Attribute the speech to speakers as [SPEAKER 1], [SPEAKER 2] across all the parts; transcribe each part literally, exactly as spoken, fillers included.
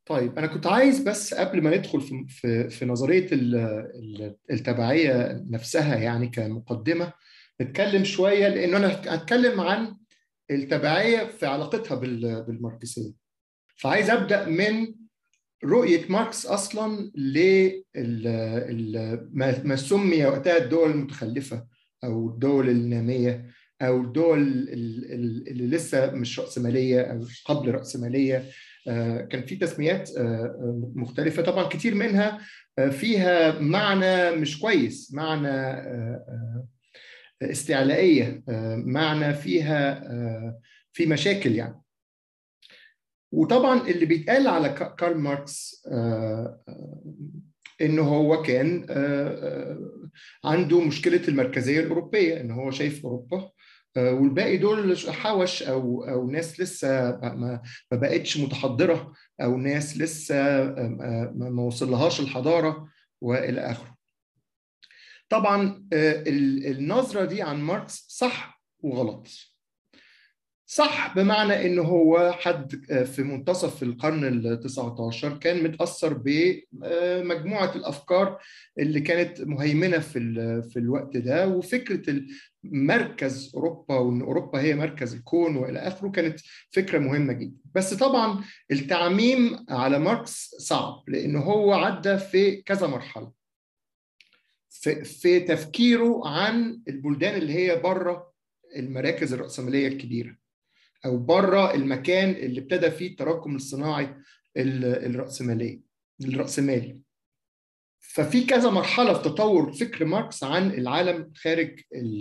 [SPEAKER 1] طيب أنا كنت عايز بس قبل ما ندخل في في, في نظرية التبعية نفسها يعني كمقدمة نتكلم شوية، لأنه أنا هتكلم عن التبعية في علاقتها بالماركسية. فعايز أبدأ من رؤية ماركس أصلا لما سمي وقتها الدول المتخلفة أو الدول النامية أو الدول اللي لسه مش رأسمالية أو قبل رأسمالية. كان في تسميات مختلفة طبعا، كتير منها فيها معنى مش كويس، معنى استعلائية، معنى فيها في مشاكل يعني. وطبعا اللي بيتقال على كارل ماركس انه هو كان عنده مشكله المركزيه الاوروبيه، ان هو شايف اوروبا والباقي دول حوش او او ناس لسه ما بقتش متحضره، او ناس لسه ما وصلهاش الحضاره والى اخره. طبعا النظره دي عن ماركس صح وغلط. صح بمعنى انه هو حد في منتصف القرن التاسع عشر كان متاثر بمجموعه الافكار اللي كانت مهيمنه في في الوقت ده، وفكره مركز اوروبا وان اوروبا هي مركز الكون والى اخره كانت فكره مهمه جدا. بس طبعا التعميم على ماركس صعب، لانه هو عدى في كذا مرحله في, في تفكيره عن البلدان اللي هي بره المراكز الرأسمالية الكبيرة، أو بره المكان اللي ابتدى فيه التراكم الصناعي الرأسمالي الرأسمالي. ففي كذا مرحلة في تطور فكر ماركس عن العالم خارج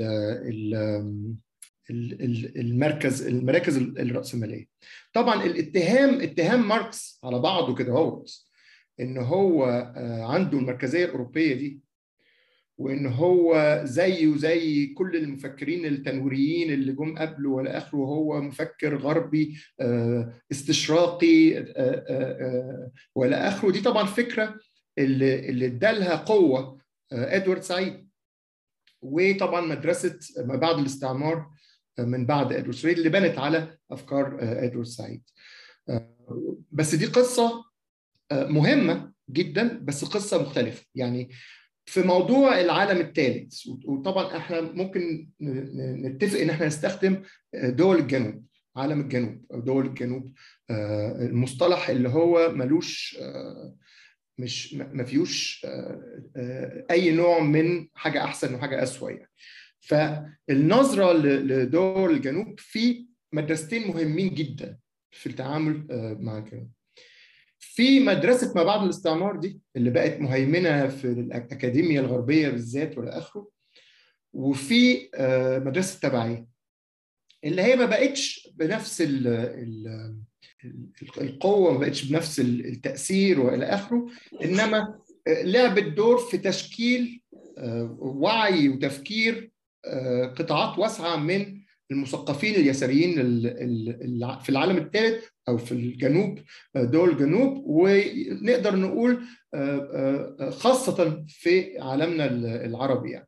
[SPEAKER 1] المركز المراكز الرأسمالية. طبعا الاتهام اتهام ماركس على بعضه كده هو إن هو عنده المركزية الأوروبية دي، وان هو زيه زي كل المفكرين التنويريين اللي جم قبله ولا اخره، وهو مفكر غربي استشراقي ولا اخره. دي طبعا فكره اللي اللي ادالها قوه ادوارد سعيد، وطبعا مدرسه ما بعد الاستعمار من بعد ادوارد سعيد اللي بنت على افكار ادوارد سعيد. بس دي قصه مهمه جدا، بس قصه مختلفه يعني في موضوع العالم الثالث. وطبعا احنا ممكن نتفق ان احنا نستخدم دول الجنوب، عالم الجنوب او دول الجنوب، المصطلح اللي هو ملوش مش ما فيهوش اي نوع من حاجه احسن وحاجه اسوء يعني. فالنظره لدول الجنوب في مدرستين مهمين جدا في التعامل مع الجنوب. في مدرسة ما بعد الاستعمار دي اللي بقت مهيمنة في الأكاديمية الغربية بالذات ولا آخره، وفي مدرسة التبعية اللي هي ما بقتش بنفس ال ال القوة، ما بقتش بنفس التأثير وإلى آخره، إنما لعبت دور في تشكيل وعي وتفكير قطاعات واسعة من المثقفين اليساريين في العالم الثالث أو في الجنوب، دول الجنوب، ونقدر نقول خاصة في عالمنا العربي يعني.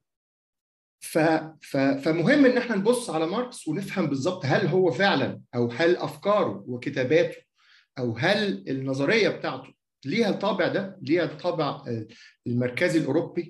[SPEAKER 1] فمهم إن احنا نبص على ماركس ونفهم بالظبط هل هو فعلا، أو هل أفكاره وكتاباته، أو هل النظرية بتاعته ليها الطابع ده، ليها الطابع المركزي الأوروبي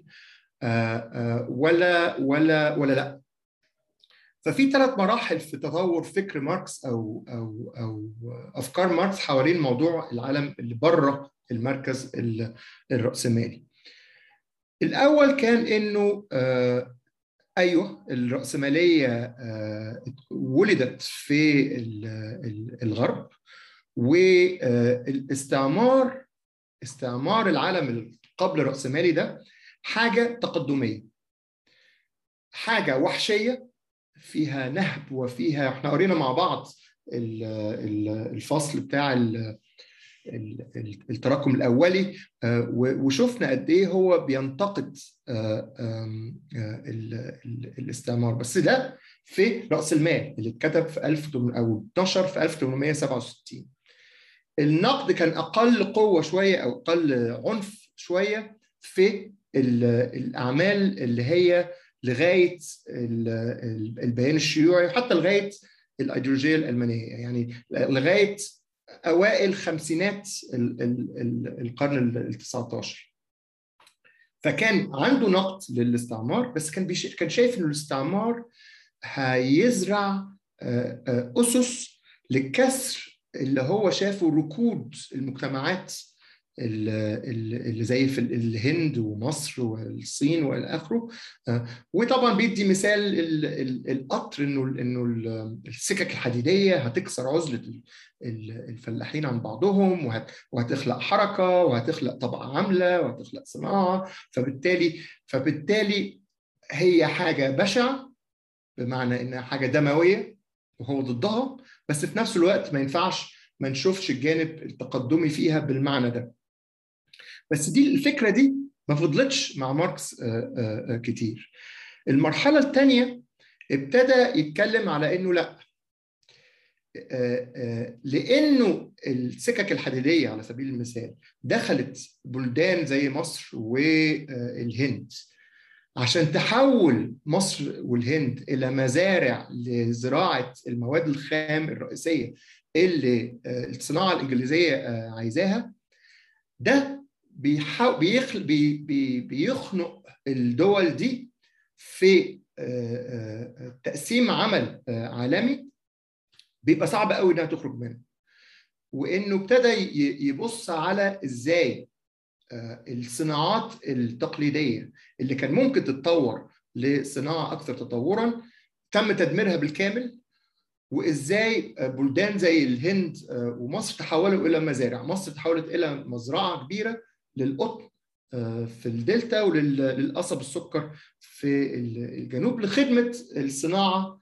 [SPEAKER 1] ولا ولا ولا لا. ففي ثلاث مراحل في تطور فكر ماركس او او او افكار ماركس حوالين موضوع العالم اللي بره المركز الرأسمالي. الاول كان انه آه ايوه الرأسماليه آه ولدت في الغرب، والاستعمار استعمار العالم قبل الرأسمالي ده حاجه تقدميه، حاجه وحشيه فيها نهب وفيها، احنا قرينا مع بعض الفصل بتاع التراكم الاولي وشفنا قد ايه هو بينتقد الاستعمار، بس ده في رأس المال اللي اتكتب في ألف او اتنشر في ألف وثمانمائة وسبعة وستين. النقد كان اقل قوه شويه او اقل عنف شويه في الاعمال اللي هي لغايه البيان الشيوعي، وحتى لغايه الايديولوجيه الالمانيه، يعني لغايه اوائل خمسينات القرن التاسع عشر. فكان عنده نقد للاستعمار، بس كان كان شايف ان الاستعمار هيزرع اسس للكسر اللي هو شافه ركود المجتمعات اللي زي في الهند ومصر والصين والى اخره. وطبعا بيدي مثال القطر، انه انه السكك الحديديه هتكسر عزله الفلاحين عن بعضهم، وهتخلق حركه، وهتخلق طبقه عامله، وهتخلق صناعه. فبالتالي فبالتالي هي حاجه بشعه، بمعنى انها حاجه دمويه وهو ضدها، بس في نفس الوقت ما ينفعش ما نشوفش الجانب التقدمي فيها بالمعنى ده. بس دي الفكره دي ما فضلتش مع ماركس كتير. المرحله الثانيه ابتدى يتكلم على انه لا، لانه السكك الحديديه على سبيل المثال دخلت بلدان زي مصر والهند عشان تحول مصر والهند الى مزارع لزراعه المواد الخام الرئيسيه اللي الصناعه الانجليزيه عايزاها. ده بيخلق بي بي بيخنق الدول دي في تقسيم عمل عالمي بيبقى صعب قوي انها تخرج منه، وانه ابتدى يبص على ازاي الصناعات التقليديه اللي كان ممكن تتطور لصناعه اكثر تطورا تم تدميرها بالكامل، وازاي بلدان زي الهند ومصر تحولوا الى مزارع. مصر تحولت الى مزرعه كبيره للقطن في الدلتا وللقصب السكر في الجنوب لخدمه الصناعه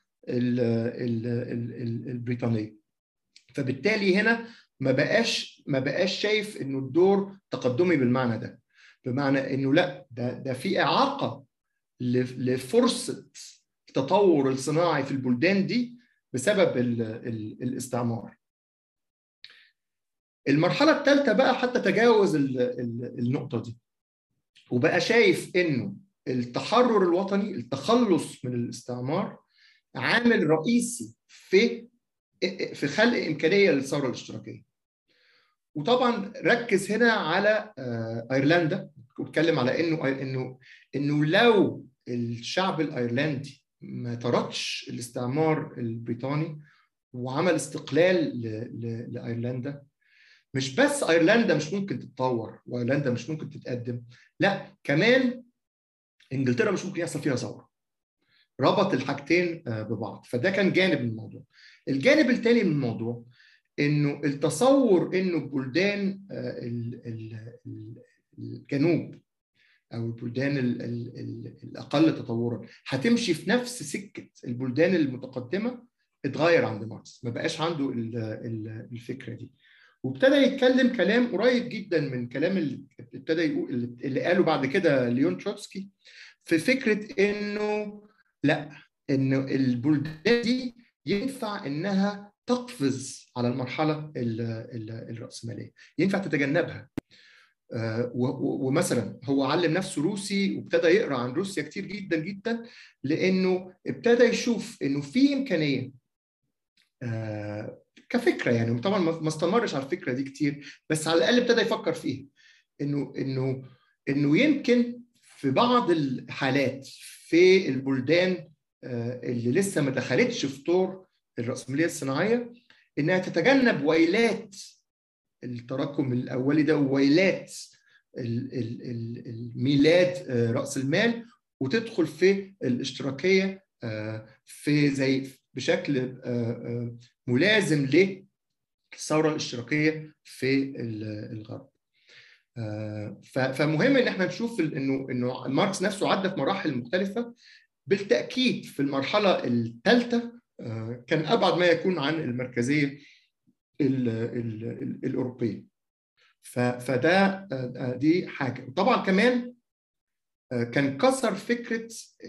[SPEAKER 1] البريطانيه. فبالتالي هنا ما بقاش ما بقاش شايف انه الدور تقدمي بالمعنى ده، بمعنى انه لا، ده ده في اعاقه لفرصه التطور الصناعي في البلدان دي بسبب ال ال الاستعمار. المرحله الثالثه بقى حتى تجاوز ال ال النقطه دي، وبقى شايف انه التحرر الوطني، التخلص من الاستعمار، عامل رئيسي في في خلق امكانيه للثوره الاشتراكيه. وطبعا ركز هنا على ايرلندا، واتكلم على انه انه انه لو الشعب الايرلندي ما طردش الاستعمار البريطاني وعمل استقلال لايرلندا، مش بس ايرلندا مش ممكن تتطور وايرلندا مش ممكن تتقدم، لا كمان انجلترا مش ممكن يحصل فيها ثوره. ربط الحاجتين ببعض، فده كان جانب من الموضوع. الجانب الثاني من الموضوع انه التصور انه بلدان الجنوب او البلدان الاقل تطورا هتمشي في نفس سكه البلدان المتقدمه اتغير عند ماركس، ما بقاش عنده الفكره دي. وابتدى يتكلم كلام قريب جدا من كلام اللي ابتدى يقول اللي قاله بعد كده ليون تروتسكي، في فكره انه لا، انه البلدان دي ينفع انها تقفز على المرحله الراسماليه، ينفع تتجنبها. ومثلا هو علم نفسه روسي وابتدى يقرا عن روسيا كتير جدا جدا، لانه ابتدى يشوف انه في امكانيه كفكره، يعني طبعا ما استمرش على الفكره دي كتير، بس على الاقل ابتدى يفكر فيها، انه انه انه يمكن في بعض الحالات في البلدان اللي لسه ما دخلتش في طور الرأسمالية الصناعية انها تتجنب ويلات التراكم الاولي ده وويلات الميلاد رأس المال، وتدخل في الاشتراكية في زي بشكل ملازم للثورة الاشتراكية في الغرب. فمهم ان احنا نشوف انه انه ماركس نفسه عدى في مراحل مختلفة. بالتأكيد في المرحلة الثالثة كان أبعد ما يكون عن المركزية ال ال ال الأوروبية. فده دي حاجة. وطبعا كمان كان كسر فكرة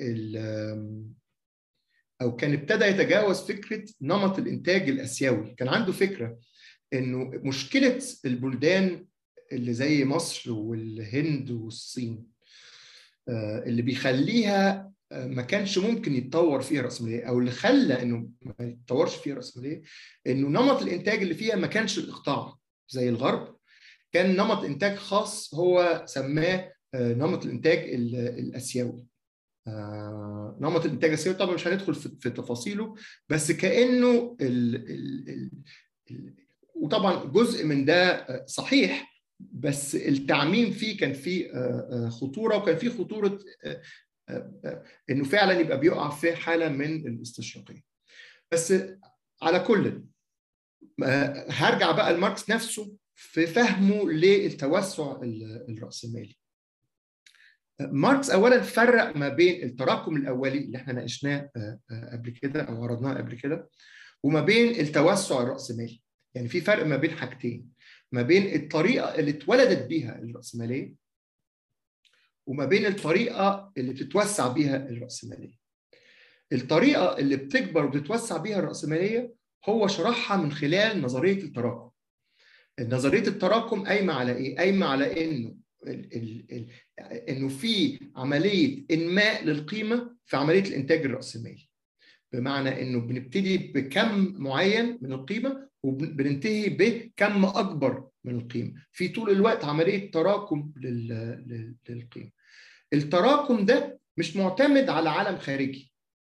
[SPEAKER 1] أو كان ابتدى يتجاوز فكرة نمط الإنتاج الآسيوي. كان عنده فكرة إنه مشكلة البلدان اللي زي مصر والهند والصين اللي بيخليها ما كانش ممكن يتطور فيها الرأسمالية، او اللي خلى انه ما يتطورش فيها الرأسمالية انه نمط الانتاج اللي فيها ما كانش الاقطاع زي الغرب. كان نمط انتاج خاص هو سماه نمط الانتاج الاسيوي. نمط الانتاج الاسيوي طبعا مش هندخل في تفاصيله، بس كانه ال ال ال ال وطبعا جزء من ده صحيح، بس التعميم فيه كان فيه خطوره، وكان فيه خطوره انه فعلا يبقى بيقع في حاله من الاستشراقيه. بس على كل هرجع بقى لماركس نفسه في فهمه للتوسع الرأسمالي. ماركس اولا فرق ما بين التراكم الاولي اللي احنا ناقشناه قبل كده او عرضناه قبل كده، وما بين التوسع الرأسمالي. يعني في فرق ما بين حاجتين، ما بين الطريقه اللي اتولدت بيها الرأسماليه وما بين الطريقه اللي بتتوسع بيها الرأسماليه. الطريقه اللي بتكبر وبتتوسع بيها الرأسماليه هو شرحها من خلال نظريه التراكم. نظريه التراكم قايمه على ايه؟ قايمه على انه ال ال ال انه في عمليه انماء للقيمه في عمليه الانتاج الرأسمالي، بمعنى انه بنبتدي بكم معين من القيمه وبننتهي بكم اكبر من القيمه، في طول الوقت عمليه تراكم للقيمه. التراكم ده مش معتمد على عالم خارجي،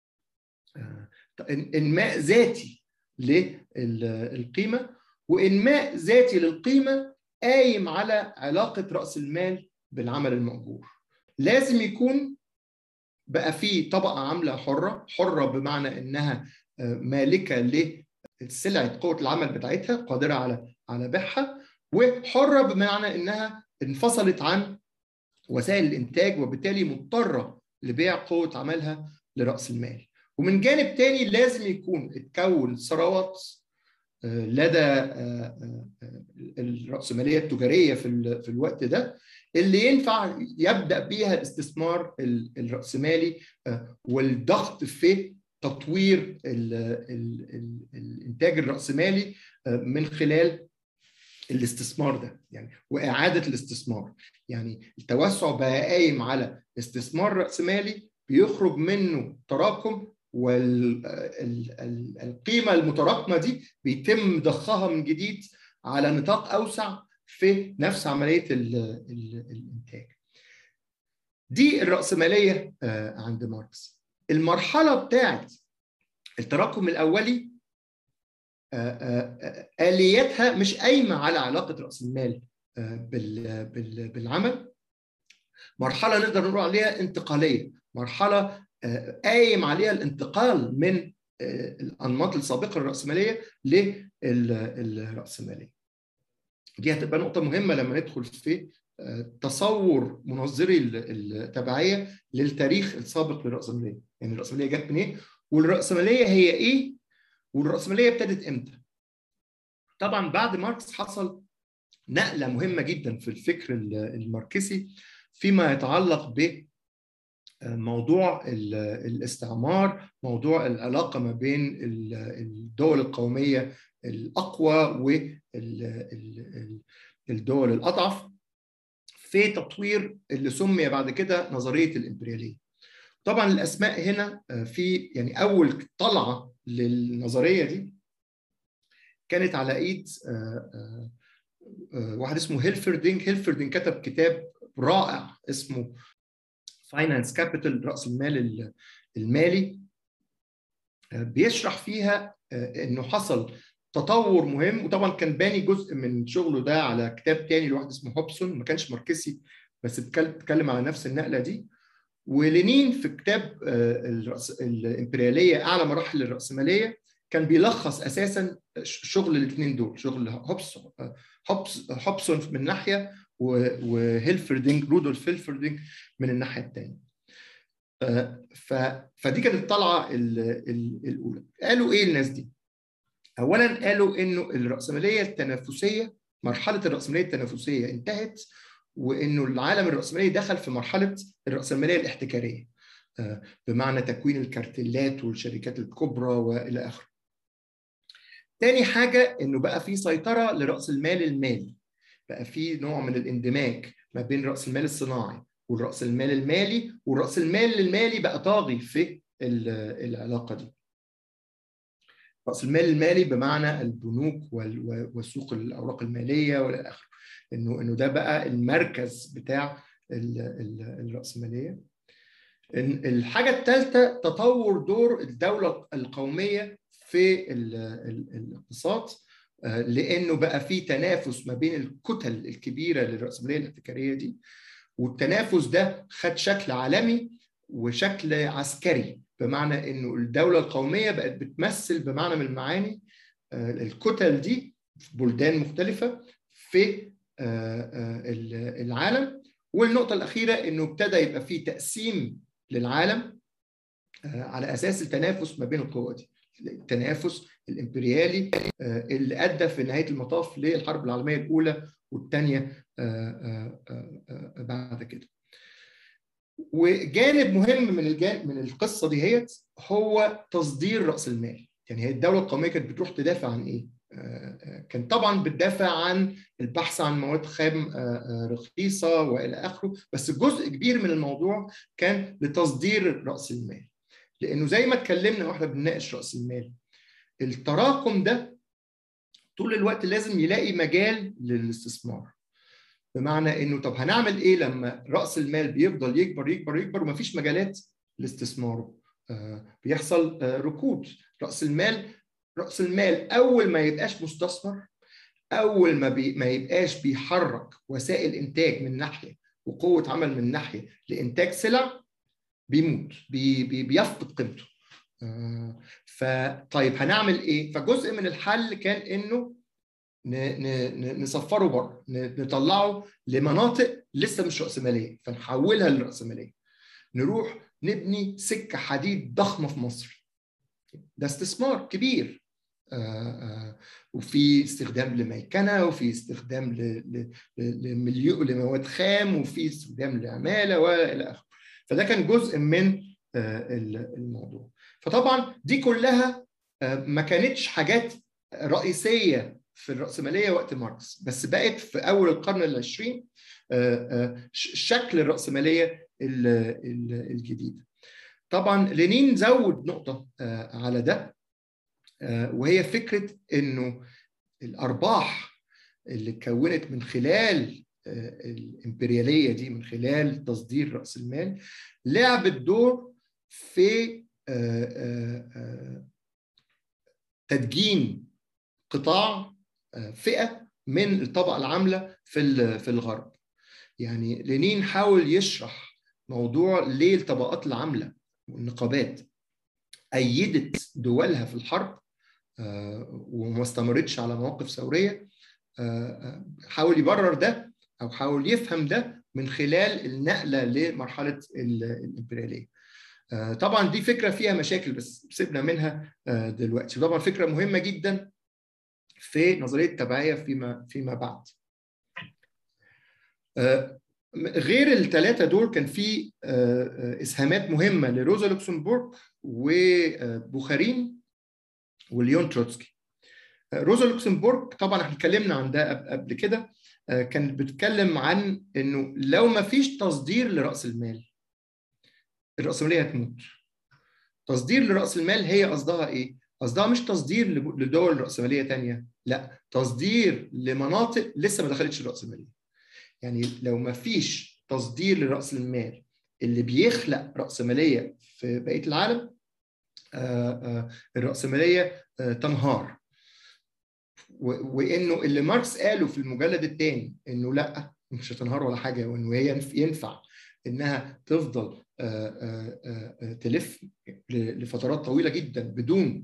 [SPEAKER 1] انماء ذاتي للقيمه، وانماء ذاتي للقيمه قايم على علاقه راس المال بالعمل المأجور. لازم يكون بقى في طبقه عامله حره، حره بمعنى انها مالكه لسلعه قوه العمل بتاعتها، قادره على على بيعها، وحره بمعنى انها انفصلت عن وسائل الانتاج وبالتالي مضطره لبيع قوه عملها لراس المال. ومن جانب تاني لازم يكون اتكون ثروات لدى الرأسمالية التجارية في في الوقت ده اللي ينفع يبدأ بيها الاستثمار الرأسمالي والضغط في تطوير ال ال ال الإنتاج الرأسمالي من خلال الاستثمار ده، يعني وإعادة الاستثمار. يعني التوسع بقى قايم على استثمار رأسمالي بيخرج منه تراكم، والقيمة المتراكمة دي بيتم ضخها من جديد على نطاق أوسع في نفس عملية الإنتاج. دي الرأسمالية عند ماركس. المرحلة بتاعت التراكم الأولي آلياتها مش قايمة على علاقة رأس المال بالعمل. مرحلة نقدر نقول عليها انتقالية، مرحلة قايم عليها الانتقال من الأنماط السابقة للرأسمالية للرأسمالية. دي هتبقى نقطة مهمة لما ندخل في تصور منظري التبعية للتاريخ السابق للرأسمالية. يعني الرأسمالية جت منين؟ والرأسمالية هي إيه؟ والرأسمالية ابتدت إمتى؟ طبعا بعد ماركس حصل نقلة مهمة جدا في الفكر الماركسي فيما يتعلق ب موضوع الاستعمار، موضوع العلاقة ما بين الدول القومية الأقوى والدول الأضعف في تطوير اللي سمي بعد كده نظرية الإمبريالية. طبعا الأسماء هنا في يعني أول طلعة للنظرية دي كانت على إيد واحد اسمه هيلفردينج. هيلفردينج كتب كتاب رائع اسمه فاينانس كابيتال، رأس المال المالي، بيشرح فيها انه حصل تطور مهم. وطبعا كان باني جزء من شغله ده على كتاب تاني لواحد اسمه هوبسون، ما كانش ماركسي بس بيتكلم على نفس النقله دي. ولينين في كتاب الامبرياليه اعلى مراحل الراسماليه كان بيلخص اساسا شغل الاثنين دول، شغل هوبسون هوبسون من ناحيه وهيلفردينج رودولف هيلفردينج من الناحيه الثانيه. فدي كانت الطلعه الاولى. قالوا ايه الناس دي؟ اولا قالوا انه الراسماليه التنافسيه، مرحله الراسماليه التنافسيه انتهت، وانه العالم الراسمالي دخل في مرحله الراسماليه الاحتكاريه، بمعنى تكوين الكارتلات والشركات الكبرى والى اخره. تاني حاجه انه بقى في سيطره لراس المال المالي، بقى في نوع من الاندماج ما بين راس المال الصناعي والرأس المال المالي، والرأس المال المالي بقى طاغي في العلاقة دي. رأس المال المالي بمعنى البنوك وسوق الأوراق المالية والى آخره، إنه إنه ده بقى المركز بتاع الرأسمالية. الحاجة الثالثة تطور دور الدولة القومية في الاقتصاد، لأنه بقى في تنافس ما بين الكتل الكبيرة للرأسمالية الاحتكارية دي، والتنافس ده خد شكل عالمي وشكل عسكري، بمعنى انه الدولة القومية بقت بتمثل بمعنى من المعاني الكتل دي في بلدان مختلفة في العالم. والنقطة الأخيرة انه ابتدى يبقى في تقسيم للعالم على أساس التنافس ما بين القوى دي، التنافس الإمبريالي اللي أدى في نهاية المطاف للحرب العالمية الأولى والثانية بعد كده. وجانب مهم من الجانب من القصه دي هي هو تصدير راس المال. يعني هي الدوله القوميه كانت بتروح تدافع عن ايه؟ كانت طبعا بتدافع عن البحث عن مواد خام رخيصه والى اخره، بس جزء كبير من الموضوع كان لتصدير راس المال، لانه زي ما اتكلمنا واحنا بنناقش راس المال، التراكم ده طول الوقت لازم يلاقي مجال للاستثمار. بمعنى انه طب هنعمل ايه لما راس المال بيفضل يكبر يكبر يكبر ومفيش مجالات لاستثماره؟ آه بيحصل آه ركود. راس المال راس المال اول ما يبقاش مستثمر، اول ما بي ما يبقاش بيحرك وسائل انتاج من ناحيه وقوه عمل من ناحيه لانتاج سلع، بيموت، بي بي بيفقد قيمته. آه فطيب هنعمل ايه؟ فجزء من الحل كان انه نصفره بره، نطلعه لمناطق لسه مش رأسمالية فنحولها للرأسمالية. نروح نبني سكة حديد ضخمة في مصر، ده استثمار كبير، آآ آآ وفي استخدام لميكنة، وفي استخدام لمليو لمواد خام، وفي استخدام لعمالة والى اخره. فده كان جزء من الموضوع. فطبعا دي كلها ما كانتش حاجات رئيسية في الرأسمالية وقت ماركس، بس بقت في أول القرن العشرين شكل الرأسمالية الجديدة. طبعا لينين زود نقطة على ده، وهي فكرة إنه الأرباح اللي اتكونت من خلال الإمبريالية دي، من خلال تصدير رأس المال، لعبت دور في تدجين قطاع فئة من الطبقة العاملة في في الغرب. يعني لينين حاول يشرح موضوع ليه الطبقات العاملة والنقابات أيدت دولها في الحرب وما استمرتش على مواقف ثورية. حاول يبرر ده أو حاول يفهم ده من خلال النقلة لمرحلة الإمبريالية. طبعا دي فكرة فيها مشاكل بس سيبنا منها دلوقتي. طبعا فكرة مهمة جدا في نظرية التبعية فيما فيما بعد. غير الثلاثة دول كان في إسهامات مهمة لروزا لوكسمبورغ وبوخارين وليون تروتسكي. روزا لوكسمبورغ طبعا احنا اتكلمنا عن ده قبل كده، كانت بتتكلم عن انه لو ما فيش تصدير لرأس المال الرأسمالية هتموت. تصدير لرأس المال هي قصدها ايه؟ قصدها مش تصدير لدول رأسمالية تانية، لا، تصدير لمناطق لسه ما دخلتش الرأسمالية. يعني لو ما فيش تصدير لرأس المال اللي بيخلق رأسمالية في بقية العالم، الرأسمالية تنهار. وانه اللي ماركس قاله في المجلد الثاني انه لا مش هتنهار ولا حاجه، وانه هي ينفع انها تفضل تلف لفترات طويله جدا بدون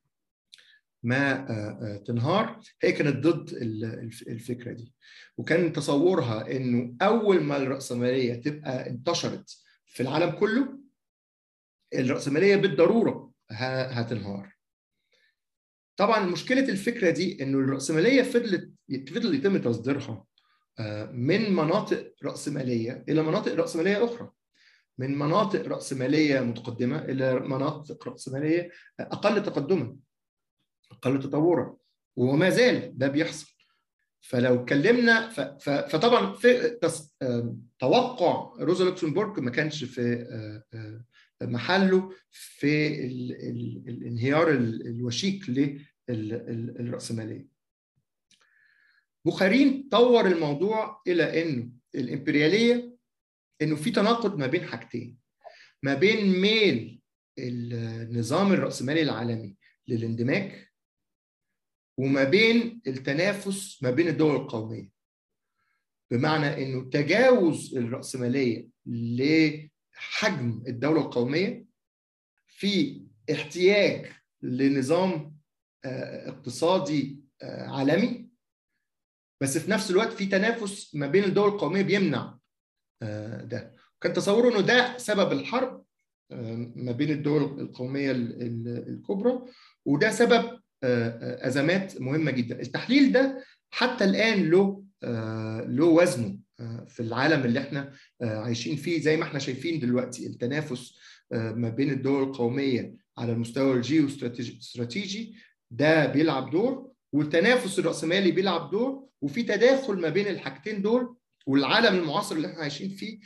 [SPEAKER 1] ما تنهار، هي كانت ضد الفكره دي. وكان تصورها انه اول ما الرأسماليه تبقى انتشرت في العالم كله، الرأسماليه بالضروره هتنهار. طبعا مشكله الفكره دي انه الرأسماليه فضلت فضل يتم تصديرها من مناطق رأسماليه الى مناطق رأسماليه اخرى، من مناطق رأسماليه متقدمه الى مناطق رأسماليه اقل تقدما اقل تطورا، وما زال ده بيحصل. فلو اتكلمنا فطبعا في توقع روزا لوكسمبورغ ما كانش في محله في ال ال الانهيار الوشيك للرأسمالية. بوخارين طور الموضوع إلى إنه الإمبريالية إنه في تناقض ما بين حاجتين، ما بين ميل النظام الرأسمالي العالمي للاندماج وما بين التنافس ما بين الدول القومية. بمعنى إنه تجاوز الرأسمالية لحجم الدولة القومية في احتياج لنظام اقتصادي عالمي، بس في نفس الوقت في تنافس ما بين الدول القومية بيمنع ده. كان تصوره إنه ده سبب الحرب ما بين الدول القومية الكبرى، وده سبب أزمات مهمة جدا. التحليل ده حتى الآن له له وزنه في العالم اللي احنا عايشين فيه. زي ما احنا شايفين دلوقتي التنافس ما بين الدول القومية على المستوى الجيو استراتيجي ده بيلعب دور، والتنافس الرأسمالي بيلعب دور، وفي تداخل ما بين الحاجتين دول. والعالم المعاصر اللي احنا عايشين فيه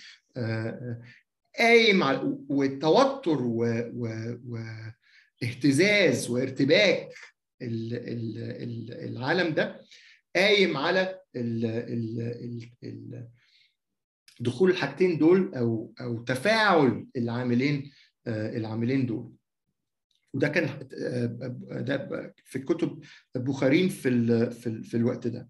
[SPEAKER 1] قايم على والتوتر واهتزاز وارتباك العالم ده قايم على دخول الحاجتين دول او او تفاعل العاملين العاملين دول. وده كان ده في كتب بوخارين في ال في, ال في الوقت ده.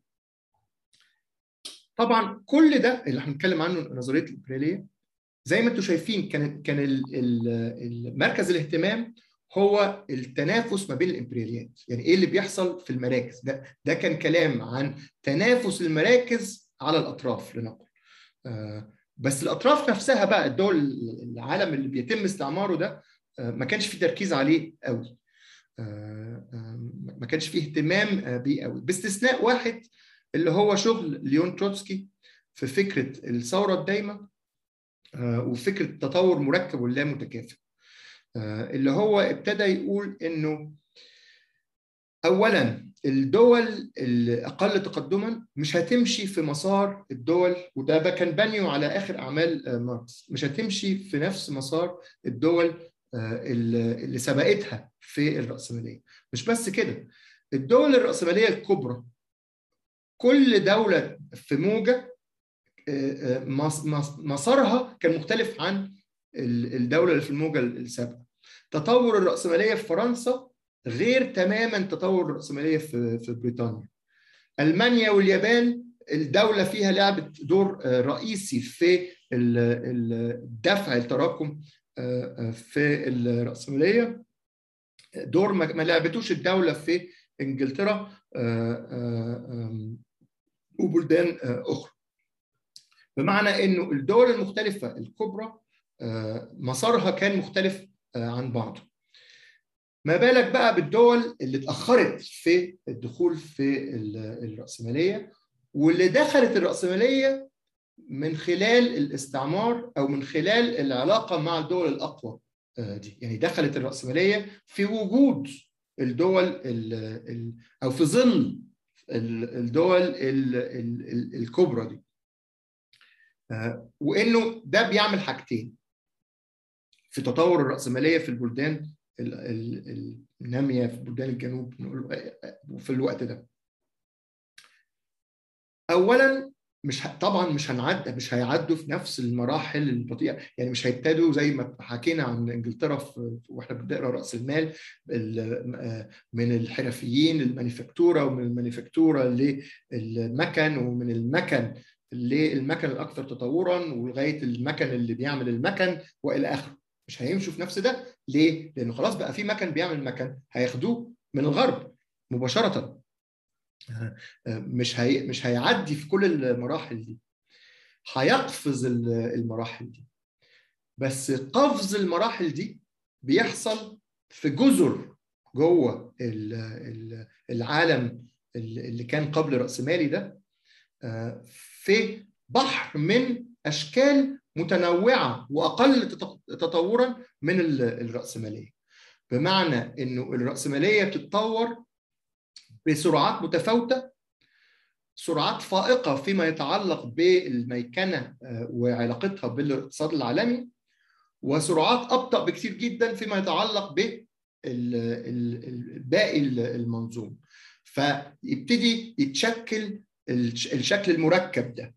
[SPEAKER 1] طبعا كل ده اللي هنتكلم عنه نظريه الامبرياليه زي ما انتم شايفين كان كان المركز الاهتمام هو التنافس ما بين الامبرياليات. يعني ايه اللي بيحصل في المراكز ده؟ ده كان كلام عن تنافس المراكز على الاطراف لنقل. آه بس الاطراف نفسها بقى الدول العالم اللي بيتم استعماره ده آه ما كانش في تركيز عليه قوي. آه آه ما كانش فيه اهتمام بيه قوي، باستثناء واحد اللي هو شغل ليون تروتسكي في فكره الثوره الدايمه وفكره التطور مركب ولا متكافئ، اللي هو ابتدى يقول انه اولا الدول الاقل تقدما مش هتمشي في مسار الدول، وده كان بنيه على اخر اعمال ماركس، مش هتمشي في نفس مسار الدول اللي سبقتها في الرأسمالية. مش بس كده، الدول الرأسمالية الكبرى كل دولة في موجة مسارها كان مختلف عن الدولة اللي في الموجة السابقة. تطور الرأسمالية في فرنسا غير تماما تطور الرأسمالية في في بريطانيا. ألمانيا واليابان الدولة فيها لعبت دور رئيسي في الدفع التراكم في الرأسمالية، دور ما لعبتوش الدولة في إنجلترا وبلدان أخرى. بمعنى انه الدول المختلفه الكبرى مسارها كان مختلف عن بعضه. ما بالك بقى بالدول اللي اتاخرت في الدخول في الرأسمالية، واللي دخلت الرأسمالية من خلال الاستعمار او من خلال العلاقه مع الدول الاقوى دي. يعني دخلت الرأسمالية في وجود الدول ال ال او في ظل الدول ال ال الكبرى دي. وانه ده بيعمل حاجتين في تطور الرأسمالية في البلدان النامية في بلدان الجنوب في الوقت ده. اولا مش ه... طبعا مش هنعدى مش هيعدوا في نفس المراحل البطيئه. يعني مش هيبتدوا زي ما حكينا عن انجلترا في... واحنا بنقرا راس المال من الحرفيين للمانيفاكتوره، ومن المانيفاكتوره للمكن، ومن المكن للمكن الاكثر تطورا، ولغايه المكن اللي بيعمل المكن والى اخره. مش هيمشوا في نفس ده. ليه؟ لانه خلاص بقى في مكن بيعمل مكن هياخدوه من الغرب مباشره. مش هي مش هيعدي في كل المراحل دي، هيقفز المراحل دي. بس قفز المراحل دي بيحصل في جزر جوه العالم اللي كان قبل رأسمالي ده، في بحر من أشكال متنوعة وأقل تطورا من الرأسمالية. بمعنى إنه الرأسمالية بتتطور بسرعات متفاوتة، سرعات فائقة فيما يتعلق بالميكنة وعلاقتها بالاقتصاد العالمي، وسرعات أبطأ بكثير جدا فيما يتعلق باقي المنظومة. فيبتدي يتشكل الشكل المركب ده.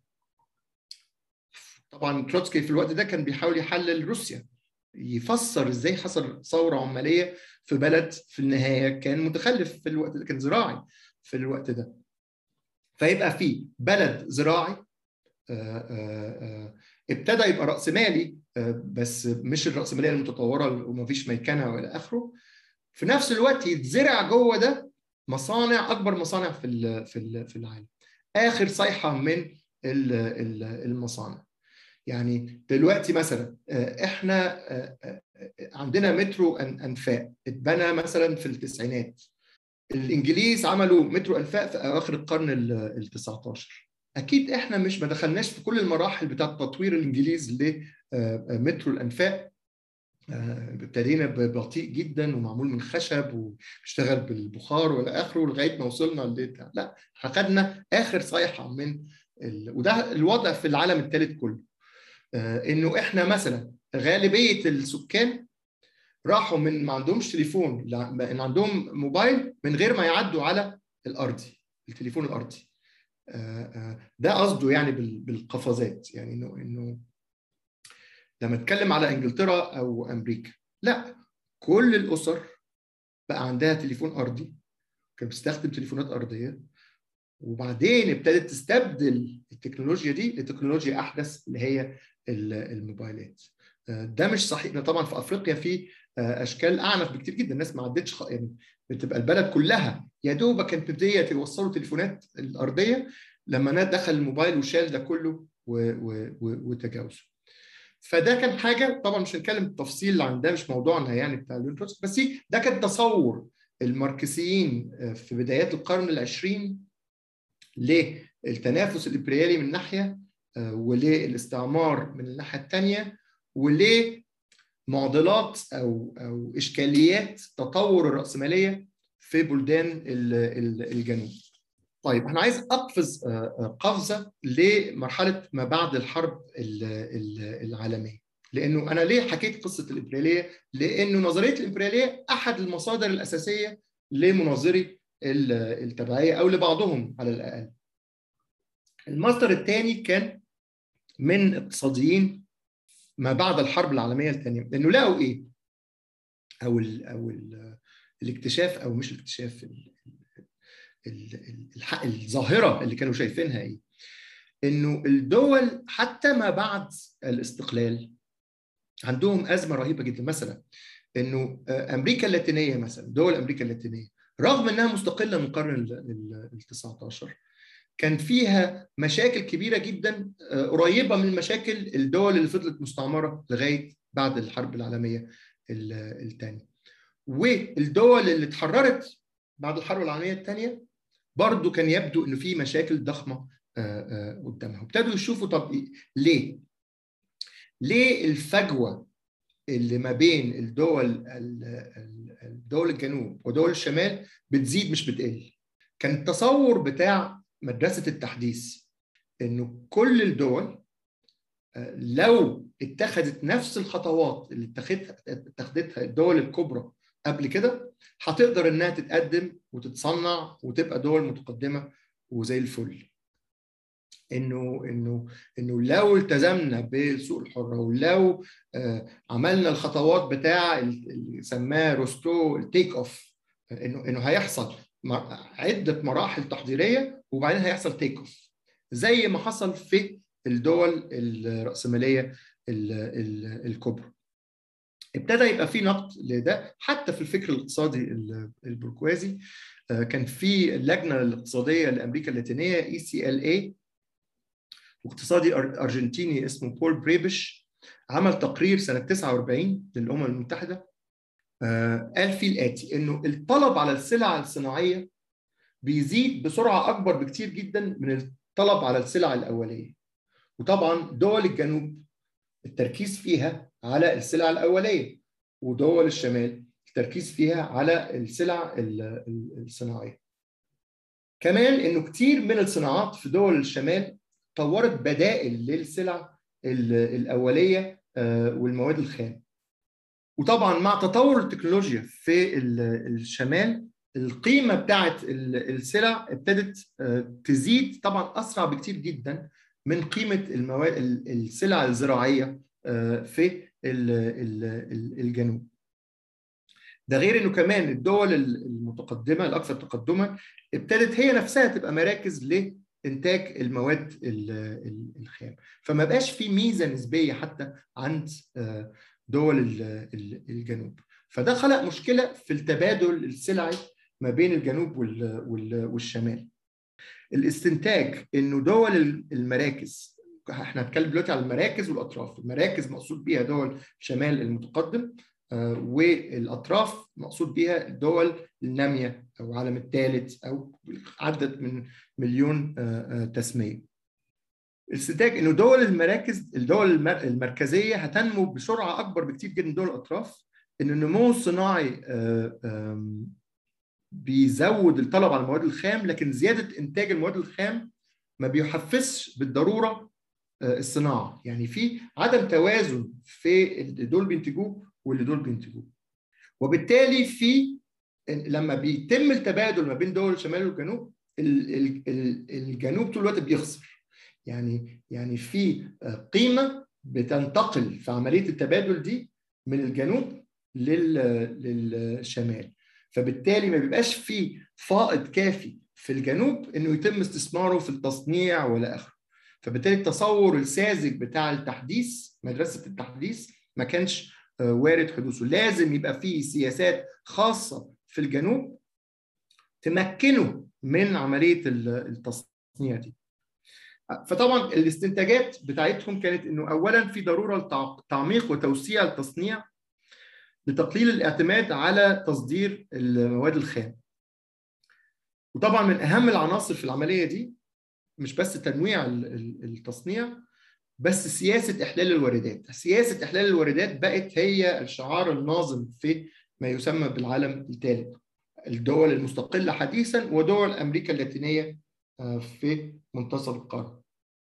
[SPEAKER 1] طبعا تروتسكي في الوقت ده كان بيحاول يحلل روسيا، يفسر ازاي حصل ثورة عمالية في بلد في النهاية كان متخلف في الوقت ده، كان زراعي في الوقت ده. فيبقى في بلد زراعي ابتدى يبقى رأسمالي، بس مش الرأسمالية المتطورة ومفيش ميكنة والى آخره. في نفس الوقت يتزرع جوه ده مصانع، أكبر مصانع في في العالم، آخر صيحة من المصانع. يعني دلوقتي مثلا احنا عندنا مترو انفاق اتبنى مثلا في التسعينات. الانجليز عملوا مترو انفاق في اواخر القرن ال تسعتاشر. اكيد احنا مش ما دخلناش في كل المراحل بتاعه تطوير الانجليز لمترو الانفاق. ابتدينا ببطيء جدا ومعمول من خشب وبيشتغل بالبخار والى اخره لغايه ما وصلنا ل لا اخذنا اخر صيحه من ال... وده الوضع في العالم الثالث كله. انه احنا مثلا غالبيه السكان راحوا من ما عندهمش تليفون لان عندهم موبايل من غير ما يعدوا على الارضي، التليفون الارضي. ده قصده يعني بالقفزات، يعني انه انه لما نتكلم على انجلترا او امريكا، لا كل الاسر بقى عندها تليفون ارضي، كانت بتستخدم تليفونات ارضيه، وبعدين ابتدت تستبدل التكنولوجيا دي لتكنولوجيا احدث اللي هي الموبايلات. ده مش صحيح. طبعا في افريقيا في اشكال اعنف بكتير جدا، الناس ما عدتش يعني بتبقى البلد كلها يا دوب كانت مبتديه توصلوا تليفونات الارضيه لما دخل الموبايل وشال ده كله وتجاوزه. فده كان حاجه، طبعا مش هنتكلم بالتفصيل عن ده، مش موضوعنا يعني بتاع ليون تروتسكي، بس ده كان تصور الماركسيين في بدايات القرن العشرين للتنافس الإمبريالي من ناحية، وللاستعمار من الناحية الثانية، ولمعضلات أو أو إشكاليات تطور الرأسمالية في بلدان الجنوب. طيب أنا عايز أقفز قفزة لمرحلة ما بعد الحرب العالمية، لأنه أنا ليه حكيت قصة الإمبريالية؟ لأنه نظرية الإمبريالية أحد المصادر الأساسية لمناظري التبعية أو لبعضهم على الأقل. المصدر الثاني كان من اقتصاديين ما بعد الحرب العالميه الثانيه، لانه لقوا ايه؟ او ال او ال الاكتشاف، او مش الاكتشاف، الحق الظاهره اللي كانوا شايفينها ايه؟ انه الدول حتى ما بعد الاستقلال عندهم ازمه رهيبه جدا. مثلا انه امريكا اللاتينيه، مثلا دول امريكا اللاتينيه رغم انها مستقله من القرن ال تسعتاشر كان فيها مشاكل كبيرة جدا قريبة من مشاكل الدول اللي فضلت مستعمرة لغاية بعد الحرب العالمية الثانية. والدول اللي اتحررت بعد الحرب العالمية الثانية برضو كان يبدو انه في مشاكل ضخمة قدامها. وابتدوا يشوفوا طب ليه؟ ليه الفجوة اللي ما بين الدول الدول الجنوب ودول الشمال بتزيد مش بتقل؟ كان التصور بتاع مدرسة التحديث إنه كل الدول لو اتخذت نفس الخطوات اللي اتخذتها اتخذتها الدول الكبرى قبل كده هتقدر إنها تتقدم وتتصنع وتبقى دول متقدمة وزي الفل. إنه إنه إنه لو التزمنا بالسوق الحر، ولو عملنا الخطوات بتاع اللي سماه روستو التيك أوف، إنه إنه هيحصل عدة مراحل تحضيرية وبعدين هيحصل تيك اوف زي ما حصل في الدول الرأسمالية الكبرى. ابتدى يبقى في نقد لده حتى في الفكر الاقتصادي البرجوازي. كان في اللجنة الاقتصادية لأمريكا اللاتينية إي سي إل إيه، واقتصادي أرجنتيني اسمه بول بريبش عمل تقرير سنة تسعة وأربعين للأمم المتحدة قال فيه الآتي: إنه الطلب على السلع الصناعية بيزيد بسرعة أكبر بكتير جدا من الطلب على السلع الأولية. وطبعا دول الجنوب التركيز فيها على السلع الأولية، ودول الشمال التركيز فيها على السلع الصناعية. كمان انه كتير من الصناعات في دول الشمال طورت بدائل للسلع الاوليه والمواد الخام. وطبعا مع تطور التكنولوجيا في الشمال القيمه بتاعت السلع ابتدت تزيد طبعا اسرع بكتير جدا من قيمه المواد السلع الزراعيه في الجنوب. ده غير انه كمان الدول المتقدمه الاكثر تقدما ابتدت هي نفسها تبقى مراكز لانتاج المواد الخام، فما بقاش في ميزه نسبيه حتى عند دول الجنوب. فده خلق مشكله في التبادل السلعي ما بين الجنوب والشمال. الاستنتاج انه دول المراكز، احنا هنتكلم دلوقتي على المراكز والاطراف. المراكز مقصود بيها دول شمال المتقدم، والاطراف مقصود بيها الدول الناميه او العالم الثالث او عدد من مليون تسميه. الاستنتاج انه دول المراكز الدول المركزيه هتنمو بسرعه اكبر بكتير جدا من دول الاطراف، ان النمو الصناعي بيزود الطلب على المواد الخام، لكن زياده انتاج المواد الخام ما بيحفزش بالضروره الصناعه. يعني في عدم توازن في دول بينتجوه واللي دول بينتجوه، وبالتالي في لما بيتم التبادل ما بين دول الشمال والجنوب الجنوب طول الوقت بيخسر. يعني يعني في قيمه بتنتقل في عمليه التبادل دي من الجنوب للشمال، فبالتالي ما بيبقاش في فائض كافي في الجنوب انه يتم استثماره في التصنيع ولا اخره. فبالتالي التصور الساذج بتاع التحديث، مدرسه التحديث، ما كانش وارد حدوثه. لازم يبقى فيه سياسات خاصه في الجنوب تمكنه من عمليه التصنيع دي. فطبعا الاستنتاجات بتاعتهم كانت انه اولا في ضروره لتعميق وتوسيع التصنيع لتقليل الاعتماد على تصدير المواد الخام. وطبعا من اهم العناصر في العمليه دي مش بس تنويع التصنيع، بس سياسه احلال الواردات. سياسه احلال الواردات بقت هي الشعار الناظم في ما يسمى بالعالم الثالث، الدول المستقله حديثا ودول امريكا اللاتينيه في منتصف القرن.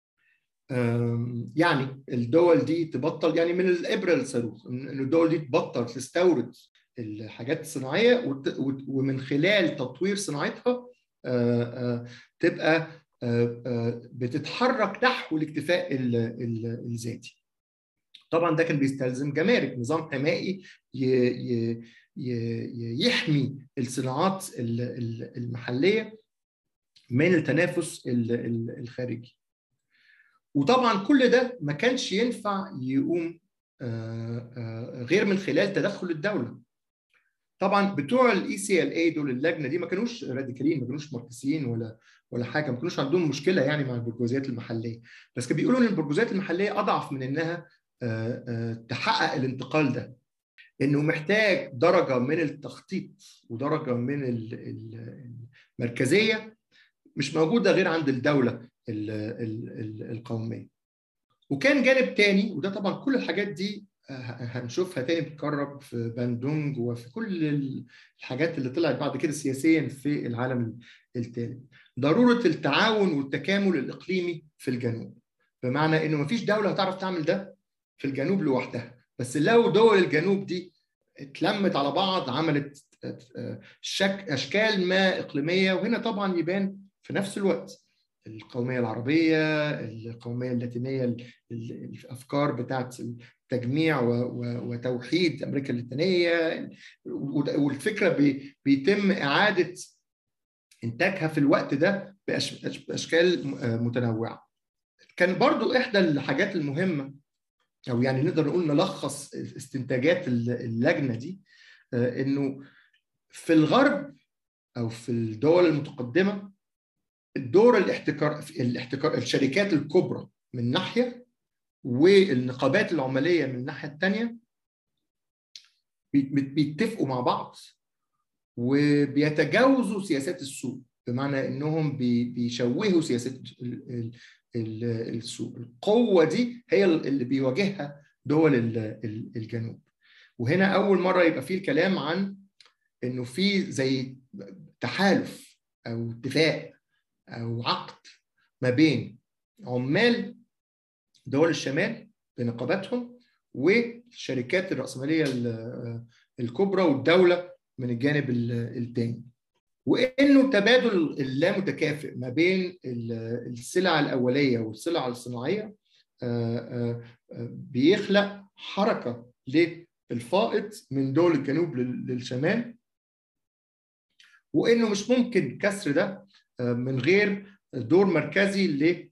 [SPEAKER 1] يعني الدول دي تبطل، يعني من الابره للصاروخ، ان الدول دي تبطل تستورد الحاجات الصناعيه ومن خلال تطوير صناعتها تبقى بتتحرك نحو الاكتفاء الذاتي. طبعا ده كان بيستلزم جمارك، نظام حمائي يحمي الصناعات المحليه من التنافس الخارجي. وطبعا كل ده ما كانش ينفع يقوم غير من خلال تدخل الدوله. طبعا بتوع الاي سي ال اي دول، اللجنه دي، ما كانوش راديكاليين، ما كانوش ماركسيين ولا ولا حاجه، ما كانوش عندهم مشكله يعني مع البرجوازيات المحليه، بس كانوا بيقولوا ان البرجوازيات المحليه اضعف من انها تحقق الانتقال ده، انه محتاج درجه من التخطيط ودرجه من المركزيه مش موجوده غير عند الدوله القوميه. وكان جانب تاني، وده طبعا كل الحاجات دي هنشوفها تاني بتتكرر في باندونج وفي كل الحاجات اللي طلعت بعد كده سياسيا في العالم الثالث، ضروره التعاون والتكامل الاقليمي في الجنوب. بمعنى انه مفيش دوله هتعرف تعمل ده في الجنوب لوحدها، بس لو دول الجنوب دي اتلمت على بعض عملت شك اشكال ما اقليميه. وهنا طبعا يبان في نفس الوقت القوميه العربيه، القوميه اللاتينيه، الافكار بتاعت تجميع وتوحيد امريكا اللاتينيه، والفكره بيتم اعاده انتاجها في الوقت ده باشكال متنوعه. كان برضو احدى الحاجات المهمه، او يعني نقدر نقول نلخص استنتاجات اللجنه دي، انه في الغرب او في الدول المتقدمه الدور الاحتكار الاحتكار الشركات الكبرى من ناحيه والنقابات العماليه من الناحيه الثانيه بيتفقوا مع بعض وبيتجاوزوا سياسات السوق، بمعنى انهم بيشوهوا سياسات السوق. القوه دي هي اللي بيواجهها دول الجنوب. وهنا اول مره يبقى فيه الكلام عن انه في زي تحالف او اتفاق او عقد ما بين عمال دول الشمال بنقاباتهم والشركات الرأسمالية الكبرى والدولة من الجانب الثاني، وانه تبادل اللامتكافئ ما بين السلع الاوليه والسلع الصناعيه بيخلق حركه للفائض من دول الجنوب للشمال، وانه مش ممكن كسر ده من غير دور مركزي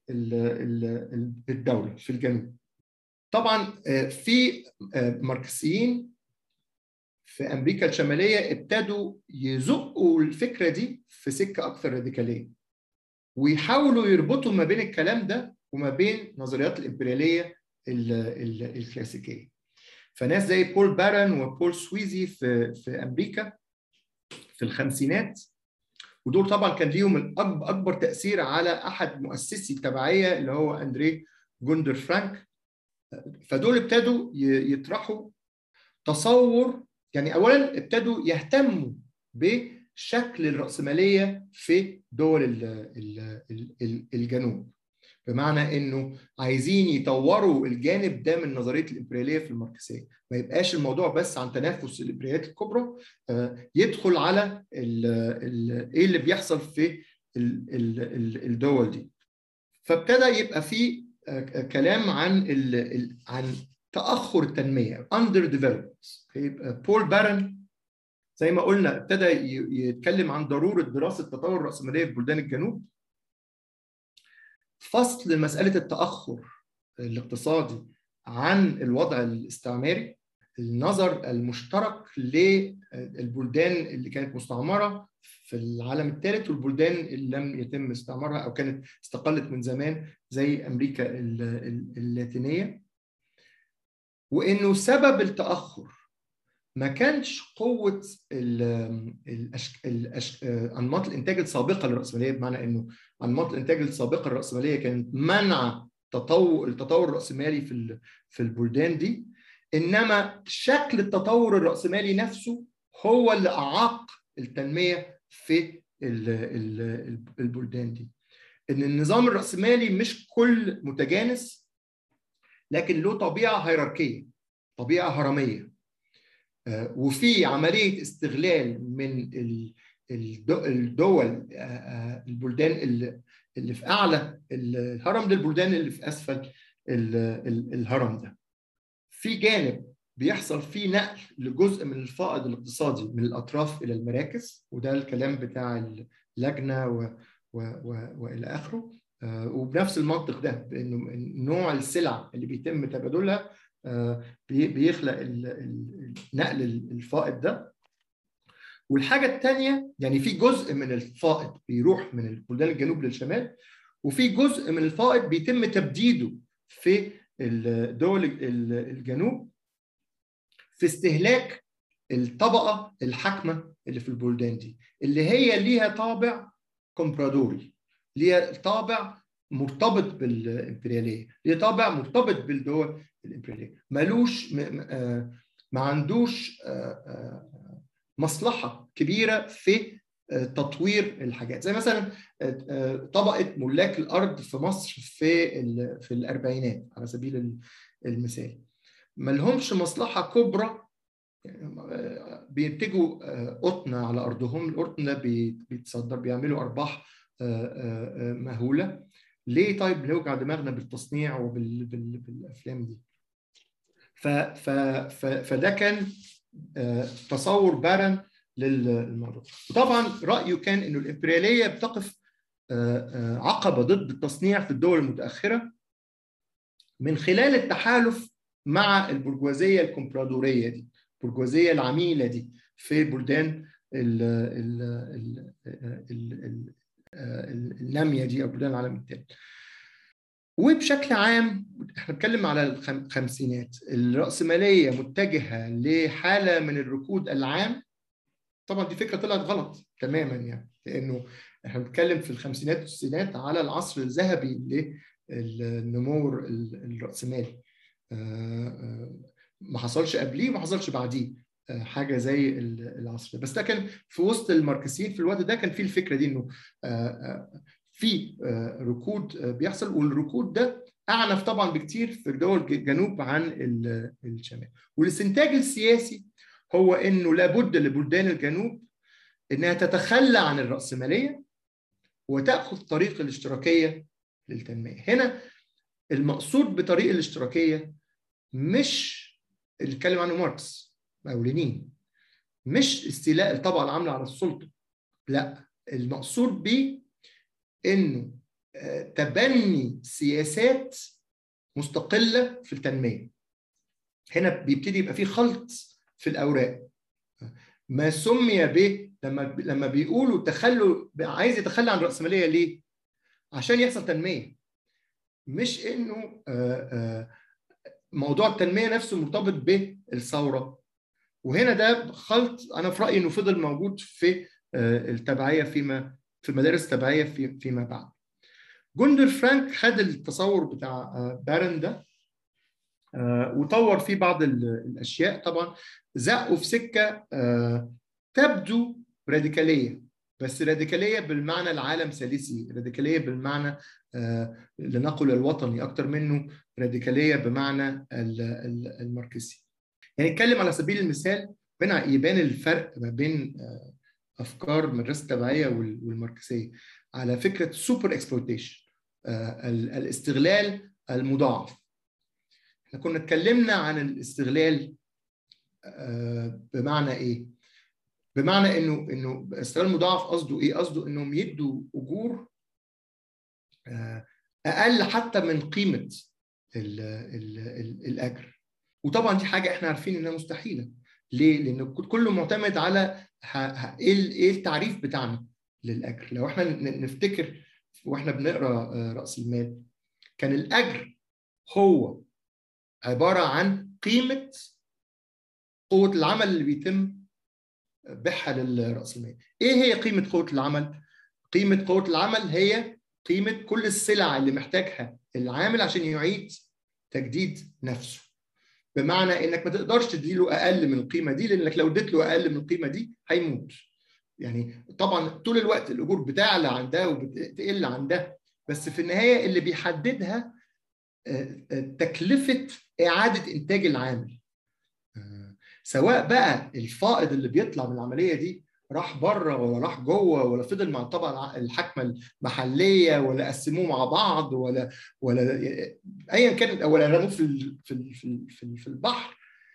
[SPEAKER 1] للدوله في الجنوب. طبعا في ماركسيين في امريكا الشماليه ابتدوا يزقوا الفكره دي في سكه اكثر راديكاليه، ويحاولوا يربطوا ما بين الكلام ده وما بين نظريات الامبرياليه الكلاسيكيه. فناس زي بول بارن وبول سويزي في في امريكا في الخمسينات، ودول طبعا كان ليهم اكبر تاثير على احد مؤسسي التبعيه اللي هو اندريه جوندر فرانك. فدول ابتدوا يطرحوا تصور، يعني اولا ابتدوا يهتموا بشكل الرأسمالية في دول الجنوب، بمعنى انه عايزين يطوروا الجانب ده من نظريه الامبرياليه في الماركسيه، ما يبقاش الموضوع بس عن تنافس الامبرياليات الكبرى، يدخل على ال ال ايه اللي بيحصل في ال ال الدول دي. فابتدى يبقى في كلام عن ال عن تاخر التنميه under development. يبقى بول بارن زي ما قلنا ابتدى يتكلم عن ضروره دراسه تطور الرأسماليه في بلدان الجنوب، فصل مسألة التأخر الاقتصادي عن الوضع الاستعماري، النظر المشترك للبلدان اللي كانت مستعمرة في العالم الثالث والبلدان اللي لم يتم استعمارها أو كانت استقلت من زمان زي أمريكا اللاتينية، وإنه سبب التأخر ما كانش قوة أنماط الإنتاج السابقة للرأسمالية، بمعنى إنه أنماط الإنتاج السابقة للرأسمالية كانت منع تطور التطور الرأسمالي في في البلدان دي، إنما شكل التطور الرأسمالي نفسه هو اللي أعاق التنمية في البلدان دي. إن النظام الرأسمالي مش كل متجانس، لكن له طبيعة هيراركية، طبيعة هرمية، وفي عمليه استغلال من الدول البلدان اللي في اعلى الهرم للبلدان اللي في اسفل الهرم ده. في جانب بيحصل فيه نقل لجزء من الفائض الاقتصادي من الاطراف الى المراكز، وده الكلام بتاع اللجنه والى اخره، وبنفس المنطق ده بانه نوع السلع اللي بيتم تبادلها بيخلق نقل الفائض ده. والحاجه الثانيه يعني في جزء من الفائض بيروح من البلدان الجنوب للشمال، وفي جزء من الفائض بيتم تبديده في دول الجنوب في استهلاك الطبقه الحاكمه اللي في البلدان دي، اللي هي ليها طابع كومبرادوري، ليها طابع مرتبط بالامبرياليه، ليه طابع مرتبط بالدول الامبرياليه، مالوش ما عندوش مصلحه كبيره في تطوير الحاجات. زي مثلا طبقه ملاك الارض في مصر في في الاربعينات على سبيل المثال، ما لهمش مصلحه كبرى، بينتجوا قطن على ارضهم، القطن ده بيتصدر، بيعملوا ارباح مهوله. ليه طيب نوجع دماغنا بالتصنيع وبالافلام دي؟ ف ف ف فده كان تصور بارن للموضوع. وطبعا رايه كان انه الامبرياليه بتقف عقبه ضد التصنيع في الدول المتاخره من خلال التحالف مع البرجوازيه الكومبرادوريه دي، البرجوازيه العميله دي في بلدان الناميه دي او بلدان العالم الثالث. وبشكل عام احنا بنتكلم على الخمسينات، الرأسمالية متجهة لحالة من الركود العام. طبعا دي فكرة طلعت غلط تماما، يعني لأنه احنا بنتكلم في الخمسينات والستينات على العصر الذهبي للنمو الرأسمالي، ما حصلش قبليه وما حصلش بعديه حاجة زي العصر ده. بس ده كان في وسط الماركسيين في الوقت ده، كان في الفكرة دي انه في ركود بيحصل، والركود ده اعنف طبعا بكتير في دول الجنوب عن الشمال. والاستنتاج السياسي هو انه لابد لبلدان الجنوب انها تتخلى عن الرأسمالية وتأخذ طريق الاشتراكية للتنمية. هنا المقصود بطريق الاشتراكية مش اللي اتكلم عنه ماركس او لينين، مش استيلاء الطبقة العاملة على السلطة، لا، المقصود به انه تبني سياسات مستقلة في التنمية. هنا بيبتدي يبقى فيه خلط في الأوراق. ما سمي به لما لما بيقولوا تخلوا، عايز يتخلى عن الرأسمالية ليه؟ عشان يحصل تنمية، مش انه موضوع التنمية نفسه مرتبط بالثورة. وهنا ده خلط انا في رأيي انه فضل موجود في التبعية فيما في المدارس التبعية في فيما بعد. جوندر فرانك خد التصور بتاع بارن ده وطور فيه بعض الاشياء، طبعا زقوا في سكه تبدو راديكاليه، بس راديكاليه بالمعنى العالم ثالثي، راديكاليه بالمعنى لنقل الوطني اكتر منه راديكاليه بمعنى الماركسي. يعني نتكلم على سبيل المثال بين يبان الفرق ما بين افكار المدرسه التبعيه والماركسيه على فكره سوبر اكسبلويتيشن، الاستغلال المضاعف. احنا كنا اتكلمنا عن الاستغلال بمعنى ايه؟ بمعنى انه انه استغلال مضاعف قصده ايه؟ قصده انهم يدوا اجور اقل حتى من قيمه ال ال ال الاجر. وطبعا دي حاجه احنا عارفين انها مستحيله. ليه؟ لان كله معتمد على ايه التعريف بتاعنا للاجر. لو احنا نفتكر واحنا بنقرا راس المال، كان الاجر هو عباره عن قيمه قوه العمل اللي بيتم بيعها للراس المال. ايه هي قيمه قوه العمل؟ قيمه قوه العمل هي قيمه كل السلع اللي محتاجها العامل عشان يعيد تجديد نفسه. بمعنى انك ما تقدرش تديله اقل من القيمه دي، لانك لو اديت له اقل من القيمه دي هيموت. يعني طبعا طول الوقت الاجور بتعلى عن ده وبتقل عن ده، بس في النهايه اللي بيحددها تكلفه اعاده انتاج العامل، سواء بقى الفائض اللي بيطلع من العمليه دي راح بره ولا راح جوه ولا فضل مع الطبقه الحاكمه المحليه ولا قسموه مع بعض ولا ولا ايا كانت، ولا رموه في في في في البحر.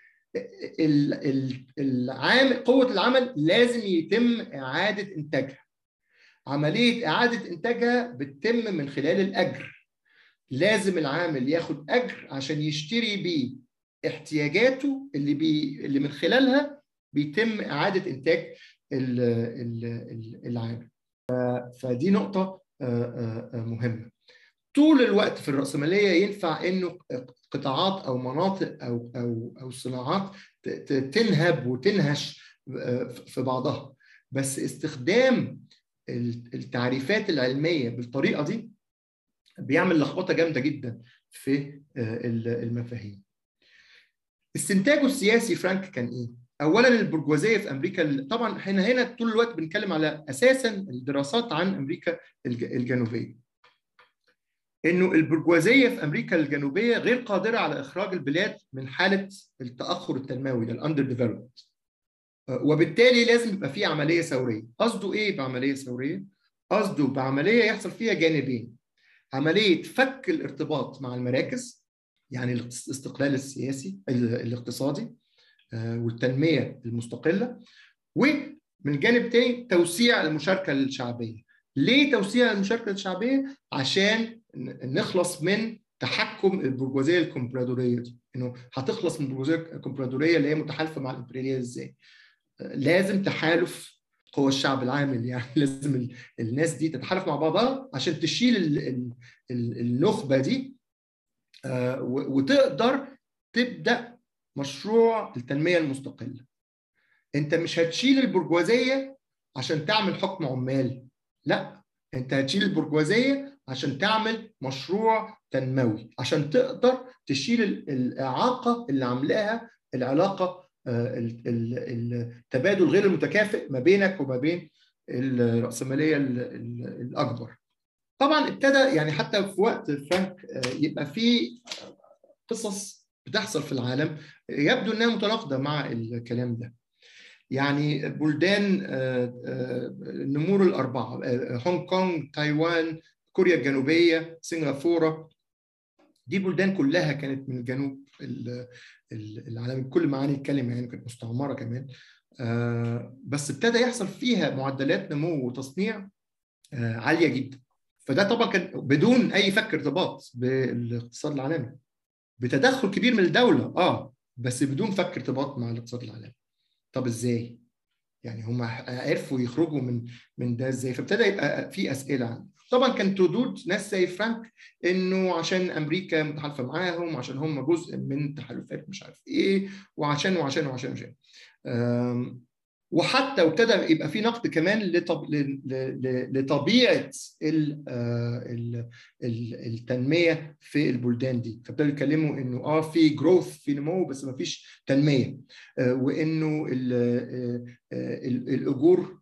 [SPEAKER 1] العامل قوه العمل لازم يتم اعاده انتاجها. عمليه اعاده انتاجها بتتم من خلال الاجر. لازم العامل ياخد اجر عشان يشتري بيه احتياجاته اللي بي اللي من خلالها بيتم اعاده انتاج العامل. فدي نقطه مهمه. طول الوقت في الرأسمالية ينفع انه قطاعات او مناطق او او او صناعات تنهب وتنهش في بعضها، بس استخدام التعريفات العلمية بالطريقة دي بيعمل لخبطة جامدة جدا في المفاهيم. استنتاجه السياسي فرانك كان ايه؟ اولا البرجوازيه في امريكا، طبعا احنا هنا طول الوقت بنتكلم على اساسا الدراسات عن امريكا الجنوبيه. انه البرجوازيه في امريكا الجنوبيه غير قادره على اخراج البلاد من حاله التاخر التنموي، الاندر ديفلوبمنت، وبالتالي لازم يبقى في عمليه ثوريه. قصده ايه بعمليه ثوريه؟ قصده بعمليه يحصل فيها جانبين: عمليه فك الارتباط مع المراكز، يعني الاستقلال السياسي الاقتصادي والتنميه المستقله، ومن جانب تاني توسيع المشاركه الشعبيه. ليه توسيع المشاركه الشعبيه؟ عشان نخلص من تحكم البرجوازيه الكومبرادوريه دي. انه هتخلص من البرجوازيه الكومبرادوريه اللي هي متحالفه مع الامبرياليه ازاي؟ لازم تحالف قوى الشعب العامل، يعني لازم الناس دي تتحالف مع بعضها عشان تشيل النخبه دي وتقدر تبدا مشروع التنميه المستقله. انت مش هتشيل البرجوازيه عشان تعمل حكم عمال، لا، انت هتشيل البرجوازيه عشان تعمل مشروع تنموي، عشان تقدر تشيل الاعاقه اللي عاملاها العلاقه التبادل غير المتكافئ ما بينك وما بين الرأسماليه الاكبر. طبعا ابتدى يعني حتى في وقت فرانك يبقى في قصص بتحصل في العالم يبدو انها متناقضه مع الكلام ده. يعني بلدان النمور الاربعه، هونج كونج، تايوان، كوريا الجنوبيه، سنغافوره، دي بلدان كلها كانت من الجنوب العالم بكل معاني الكلمه، يعني كانت مستعمره كمان، بس ابتدى يحصل فيها معدلات نمو وتصنيع عاليه جدا. فده طبعا كان بدون اي فك ارتباط بالاقتصاد العالمي، بتدخل كبير من الدوله اه بس بدون فك ارتباط مع الاقتصاد العالمي. طب ازاي؟ يعني هم عرفوا يخرجوا من من ده ازاي؟ فابتدى يبقى في اسئله عنه. طبعا كانت ردود ناس زي فرانك انه عشان امريكا متحالفه معاهم، عشان هم جزء من تحالفات مش عارف ايه، وعشان وعشان وعشان وعشان وحتى وابتدى يبقى في نقد كمان لطب... لطبيعه التنميه في البلدان دي. فابتدوا يتكلموا انه اه في جروث، في نمو، بس ما فيش تنميه، وانه الاجور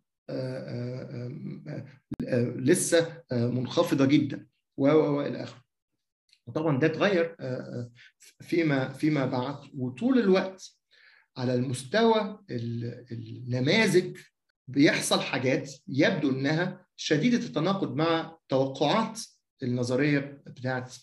[SPEAKER 1] لسه منخفضه جدا والى اخره. وطبعا ده اتغير فيما فيما بعد، وطول الوقت على المستوى النماذج بيحصل حاجات يبدو انها شديده التناقض مع توقعات النظريه بتاعت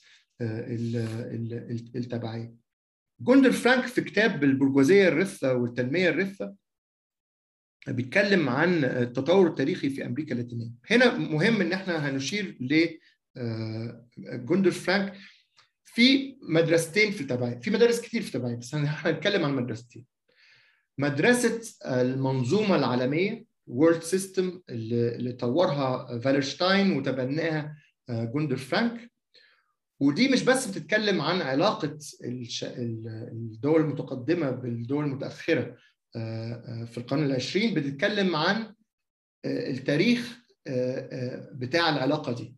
[SPEAKER 1] التبعيه. جوندر فرانك في كتاب البرجوازيه الرثه والتنميه الرثه بيتكلم عن التطور التاريخي في امريكا اللاتينيه. هنا مهم ان احنا هنشير ل جوندر فرانك في مدرستين في التبعيه، في مدارس كتير في التبعيه بس هنتكلم عن مدرستين. مدرسه المنظومه العالميه وورلد سيستم اللي طورها فالرشتاين وتبناها جوندر فرانك، ودي مش بس بتتكلم عن علاقه الدول المتقدمه بالدول المتاخره في القرن العشرين، بتتكلم عن التاريخ بتاع العلاقه دي.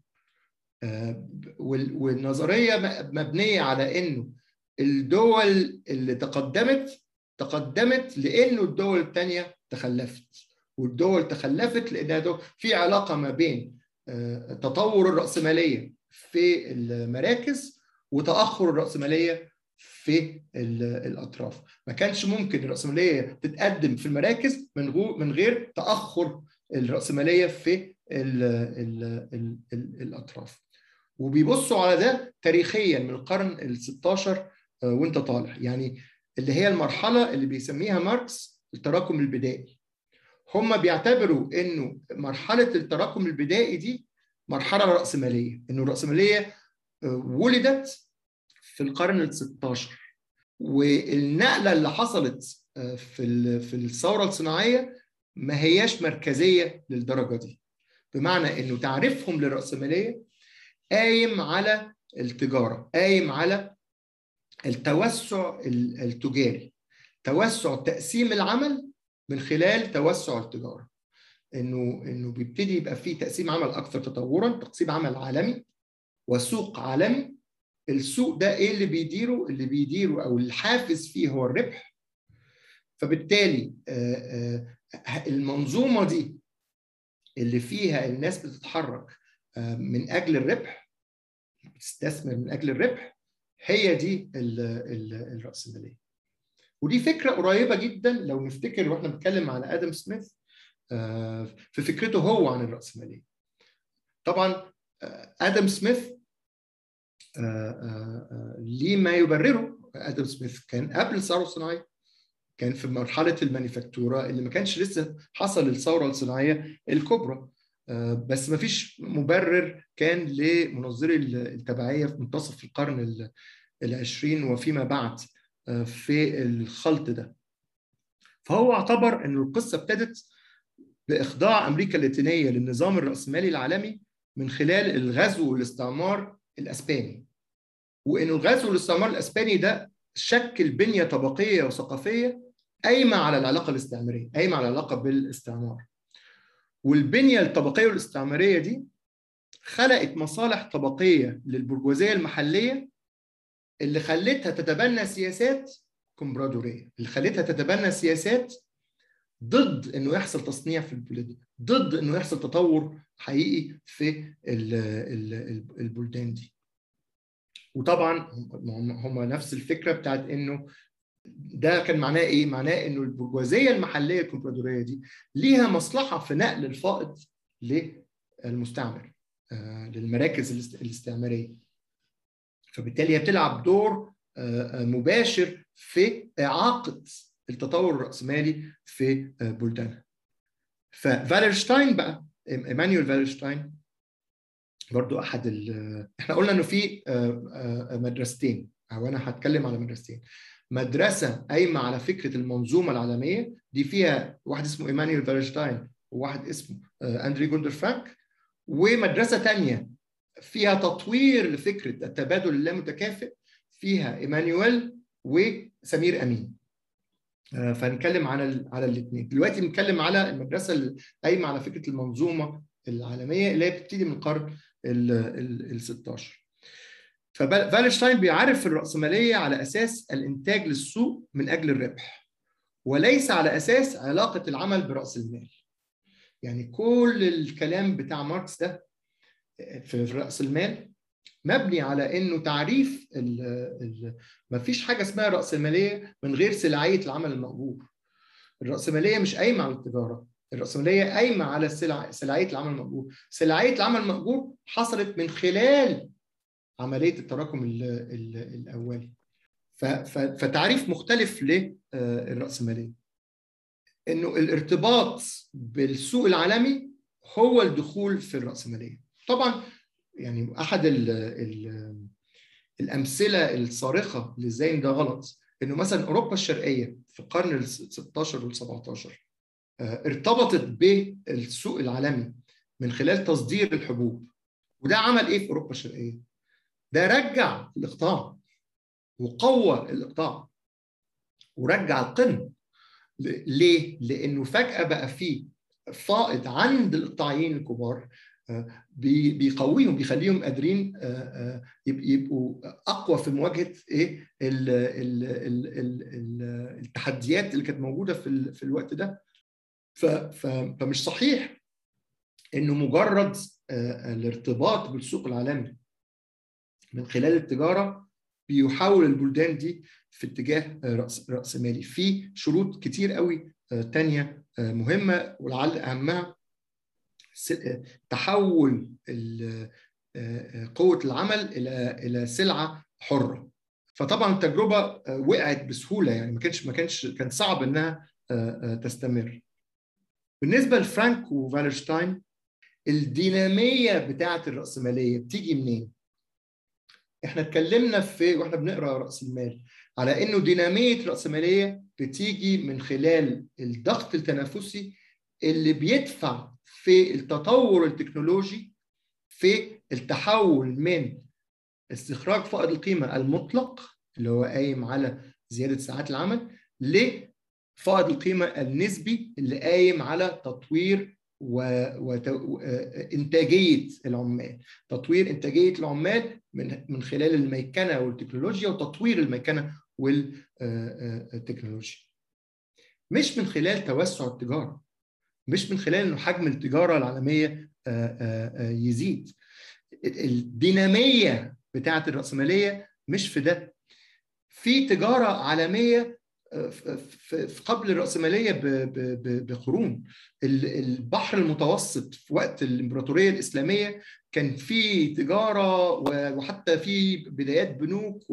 [SPEAKER 1] والنظريه مبنيه على انه الدول اللي تقدمت تقدمت لانه الدول الثانيه تخلفت، والدول تخلفت لانها في علاقه ما بين تطور الرأسماليه في المراكز وتأخر الرأسماليه في الأطراف. ما كانش ممكن الرأسماليه تتقدم في المراكز من غير تأخر الرأسماليه في ال ال ال ال الأطراف. وبيبصوا على ده تاريخيا من القرن الستاشر وانت طالع، يعني اللي هي المرحله اللي بيسميها ماركس التراكم البدائي. هم بيعتبروا انه مرحله التراكم البدائي دي مرحله راسماليه، انه الراسماليه ولدت في القرن الستاشر، والنقله اللي حصلت في في الثوره الصناعيه ما هياش مركزيه للدرجه دي، بمعنى انه تعريفهم للراسماليه قايم على التجاره، قايم على التوسع التجاري، توسع تقسيم العمل من خلال توسع التجاره. انه انه بيبتدي يبقى فيه تقسيم عمل اكثر تطورا، تقسيم عمل عالمي وسوق عالمي. السوق ده ايه اللي بيديره؟ اللي بيديره او الحافز فيه هو الربح. فبالتالي المنظومه دي اللي فيها الناس بتتحرك من اجل الربح، بتستثمر من اجل الربح، هي دي الرأسمالية. ودي فكرة قريبة جدا لو نفتكر واحنا بنتكلم على آدم سميث في فكرته هو عن الرأسمالية. طبعا آدم سميث ليه ما يبرره. آدم سميث كان قبل الثورة الصناعية، كان في مرحلة المانيفاكتورة اللي ما كانش لسه حصل الثورة الصناعية الكبرى، بس ما فيش مبرر كان لمنظري التبعية في منتصف القرن العشرين وفيما بعد في الخلط ده. فهو اعتبر أن القصة ابتدت بإخضاع أمريكا اللاتينية للنظام الرأسمالي العالمي من خلال الغزو والاستعمار الأسباني، وأن الغزو والاستعمار الأسباني ده شكل بنية طبقية وثقافية قايمة على العلاقة الاستعمارية، قايمة على العلاقة بالاستعمار. والبنية الطبقية والاستعمارية دي خلقت مصالح طبقية للبرجوازية المحلية اللي خلتها تتبنى سياسات كومبرادورية، اللي خلتها تتبنى سياسات ضد انه يحصل تصنيع في البلاد، ضد انه يحصل تطور حقيقي في البلدان دي. وطبعا هم نفس الفكره بتاعت انه ده كان معناه ايه؟ معناه انه البرجوازيه المحليه الكونفدراليه دي ليها مصلحه في نقل الفائض للمستعمر، آه للمراكز الاستعماريه. فبالتالي هي بتلعب دور آه مباشر في اعاقه التطور الراسمالي في بلدانها. ففالرشتاين بقى، ايمانويل فالرشتاين برضو احد ال... احنا قلنا انه في مدرستين، او انا هتكلم على مدرستين. مدرسه قايمه على فكره المنظومه العالميه دي، فيها واحد اسمه ايمانويل فالرشتاين وواحد اسمه اندري جوندر فرانك. ومدرسه ثانيه فيها تطوير لفكره التبادل اللامتكافئ، فيها ايمانويل وسمير امين. فهنتكلم على على الاثنين دلوقتي. بنتكلم على المدرسه اللي قايمه على فكره المنظومه العالميه اللي هي بتبتدي من القرن ال ستاشر. ففالرشتاين بيعرف الرأسمالية على أساس الإنتاج للسوق من أجل الربح، وليس على أساس علاقة العمل برأس المال. يعني كل الكلام بتاع ماركس ده في رأس المال مبني على إنه تعريف ال ال مفيش حاجة اسمها رأسمالية من غير سلعية العمل المأجور. الرأسمالية مش قايمة على التجارة، الرأسمالية قايمة على السلع... سلعية العمل المأجور. سلعية العمل المأجور حصلت من خلال عملية التراكم ال ال الأولي. ف... ف... فتعريف مختلف للرأسمالية إنه الارتباط بالسوق العالمي هو الدخول في الرأسمالية. طبعا يعني أحد ال ال الأمثلة الصارخة لإزاي ده غلط، إنه مثلا أوروبا الشرقية في القرن ال ستاشر وال سبعتاشر ارتبطت بالسوق العالمي من خلال تصدير الحبوب. وده عمل ايه في اوروبا الشرقيه؟ ده رجع الاقطاع وقوى الاقطاع ورجع القمه. ليه؟ لانه فجاه بقى في فائض عند الاقطاعيين الكبار بيقويهم، بيخليهم قادرين يبقوا اقوى في مواجهه ايه التحديات اللي كانت موجوده في في الوقت ده. فمش صحيح انه مجرد الارتباط بالسوق العالمي من خلال التجاره بيحول البلدان دي في اتجاه رأس رأسمالي. في شروط كتير قوي تانية مهمه، ولعل اهمها تحول قوه العمل الى الى سلعه حره. فطبعا التجربه وقعت بسهوله، يعني ما كانش ما كانش كان صعب انها تستمر. بالنسبه لفرانك وفالرشتاين، الديناميه بتاعه الراسماليه بتيجي منين؟ احنا اتكلمنا في واحنا بنقرا راس المال على انه ديناميه الراسماليه بتيجي من خلال الضغط التنافسي اللي بيدفع في التطور التكنولوجي في التحول من استخراج فائض القيمه المطلق اللي هو قايم على زياده ساعات العمل لفائض القيمه النسبي اللي قايم على تطوير وإنتاجية العمال. تطوير إنتاجية العمال من من خلال الميكنة والتكنولوجيا، وتطوير الميكنة والتكنولوجيا، مش من خلال توسع التجارة، مش من خلال إنه حجم التجارة العالمية يزيد. الدينامية بتاعة الرأسمالية مش في ده. في تجارة عالمية في قبل الرأسمالية بقرون. البحر المتوسط في وقت الإمبراطورية الإسلامية كان في تجارة، وحتى في بدايات بنوك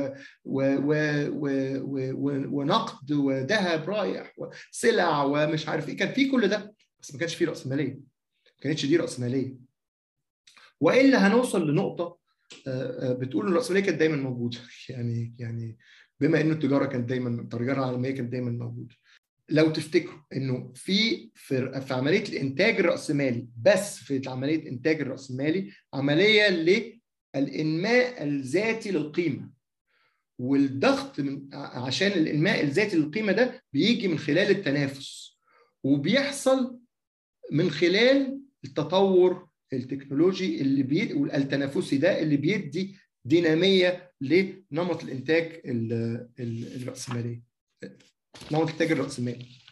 [SPEAKER 1] ونقد وذهب رايح وسلع ومش عارف ايه، كان في كل ده، بس ما كانش في رأسمالية، ما كانتش دي رأسمالية. وإلا هنوصل لنقطة بتقول الرأسمالية كانت دايما موجودة. يعني يعني بما انه التجاره كانت دايما التجاره العالميه كانت دايما موجوده. لو تفتكروا انه في في, في عمليه الانتاج الراسمالي، بس في عمليه الانتاج الراسمالي عمليه للانماء الذاتي للقيمه، والضغط من عشان الانماء الذاتي للقيمه ده بيجي من خلال التنافس، وبيحصل من خلال التطور التكنولوجي اللي بي والتنافسي ده اللي بيدي ديناميه لنمط الانتاج الراسمالي، نمط الانتاج الراسمالي.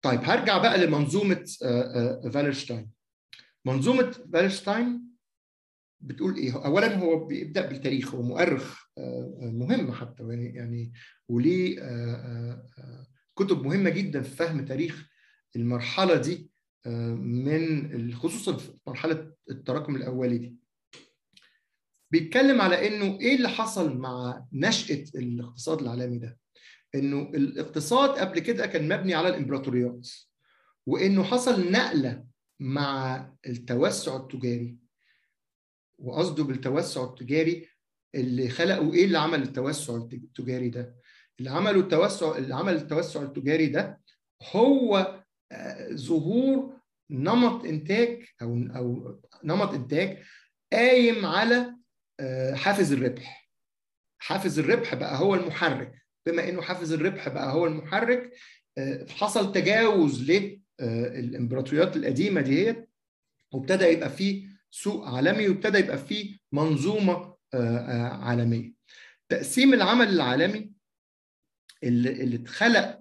[SPEAKER 1] طيب هرجع بقى لمنظومه فالرشتاين. منظومه فالرشتاين بتقول ايه؟ اولا هو بيبدا بالتاريخ، هو مؤرخ مهم حتى يعني يعني وليه كتب مهمه جدا في فهم تاريخ المرحله دي، من خصوصا في مرحله التراكم الاولي دي. بيتكلم على انه ايه اللي حصل مع نشأة الاقتصاد العالمي ده. انه الاقتصاد قبل كده كان مبني على الامبراطوريات، وانه حصل نقله مع التوسع التجاري. وقصده بالتوسع التجاري اللي خلقوا ايه اللي عمل التوسع التجاري ده؟ اللي عملوا التوسع اللي عمل التوسع التجاري ده هو ظهور نمط انتاج او او نمط انتاج قايم على حافز الربح. حافز الربح بقى هو المحرك. بما انه حافز الربح بقى هو المحرك، حصل تجاوز للامبراطوريات القديمه دي، وابتدى يبقى فيه سوق عالمي، وابتدى يبقى فيه منظومه عالميه. تقسيم العمل العالمي اللي اللي اتخلق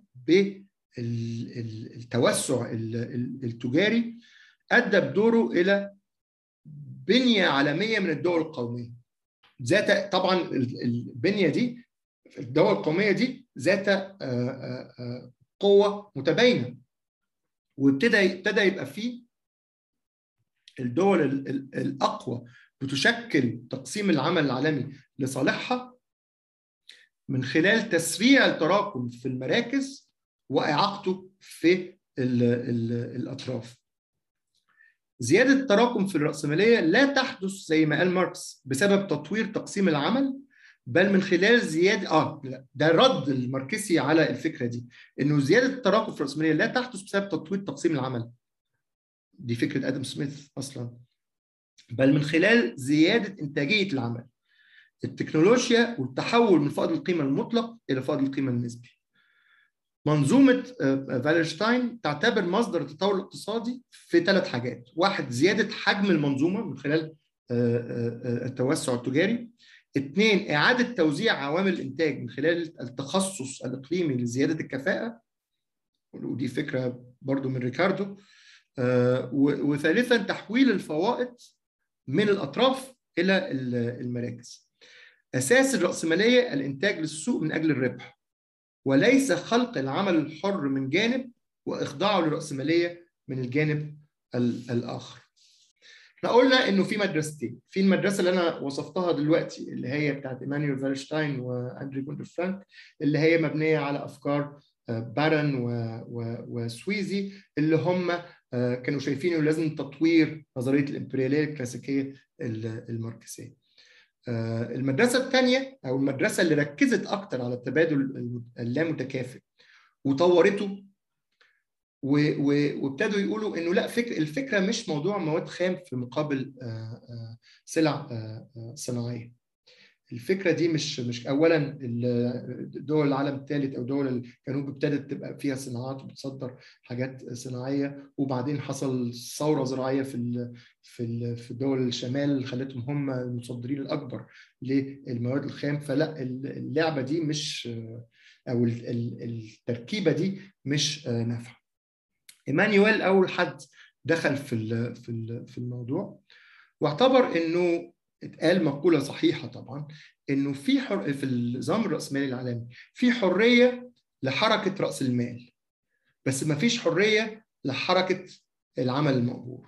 [SPEAKER 1] بالتوسع التجاري ادى بدوره الى بنيه عالميه من الدول القوميه. ذات طبعا البنيه دي، الدول القوميه دي ذات قوه متباينه، وابتدى ابتدى يبقى فيه الدول الاقوى بتشكل تقسيم العمل العالمي لصالحها من خلال تسريع التراكم في المراكز واعاقته في ال ال الاطراف. زياده التراكم في الرأسمالية لا تحدث زي ما قال ماركس بسبب تطوير تقسيم العمل، بل من خلال زياده اه لا ده رد الماركسي على الفكره دي، انه زياده التراكم في الرأسمالية لا تحدث بسبب تطوير تقسيم العمل. دي فكره ادم سميث اصلا. بل من خلال زياده انتاجيه العمل، التكنولوجيا والتحول من فائض القيمه المطلق الى فائض القيمه النسبي. منظومه فالرشتاين تعتبر مصدر التطور الاقتصادي في ثلاث حاجات: واحد، زياده حجم المنظومه من خلال التوسع التجاري. اثنين، اعاده توزيع عوامل الانتاج من خلال التخصص الاقليمي لزياده الكفاءه، ودي فكره برضو من ريكاردو. وثالثا، تحويل الفوائد من الاطراف الى المراكز. اساس الرأسمالية الانتاج للسوق من اجل الربح، وليس خلق العمل الحر من جانب واخضاعه للرأسمالية من الجانب الاخر. احنا قلنا انه في مدرستين، في المدرسه اللي انا وصفتها دلوقتي اللي هي بتاعت ايمانويل فالرشتاين واندري جوندر فرانك، اللي هي مبنيه على افكار بارن وسويزي، اللي هم كانوا شايفين انه لازم تطوير نظريه الامبرياليه الكلاسيكيه الماركسيه. المدرسه الثانيه او المدرسه اللي ركزت اكتر على التبادل اللامتكافئ وطورته، وابتدوا يقولوا انه لا، فكر الفكره مش موضوع مواد خام في مقابل سلع صناعيه. الفكره دي مش مش اولا دول العالم الثالث او دول الجنوب ابتدت تبقى فيها صناعات وبتصدر حاجات صناعيه، وبعدين حصل ثوره زراعيه في ال في ال في دول الشمال خلتهم هم المصدرين الاكبر للمواد الخام. فلا، اللعبه دي مش او التركيبه دي مش نافعه. ايمانويل اول حد دخل في في الموضوع، واعتبر انه اتقال مقوله صحيحه طبعا، انه في حر في النظام الرأسمالي العالمي في حريه لحركه راس المال، بس ما فيش حريه لحركه العمل المأجور.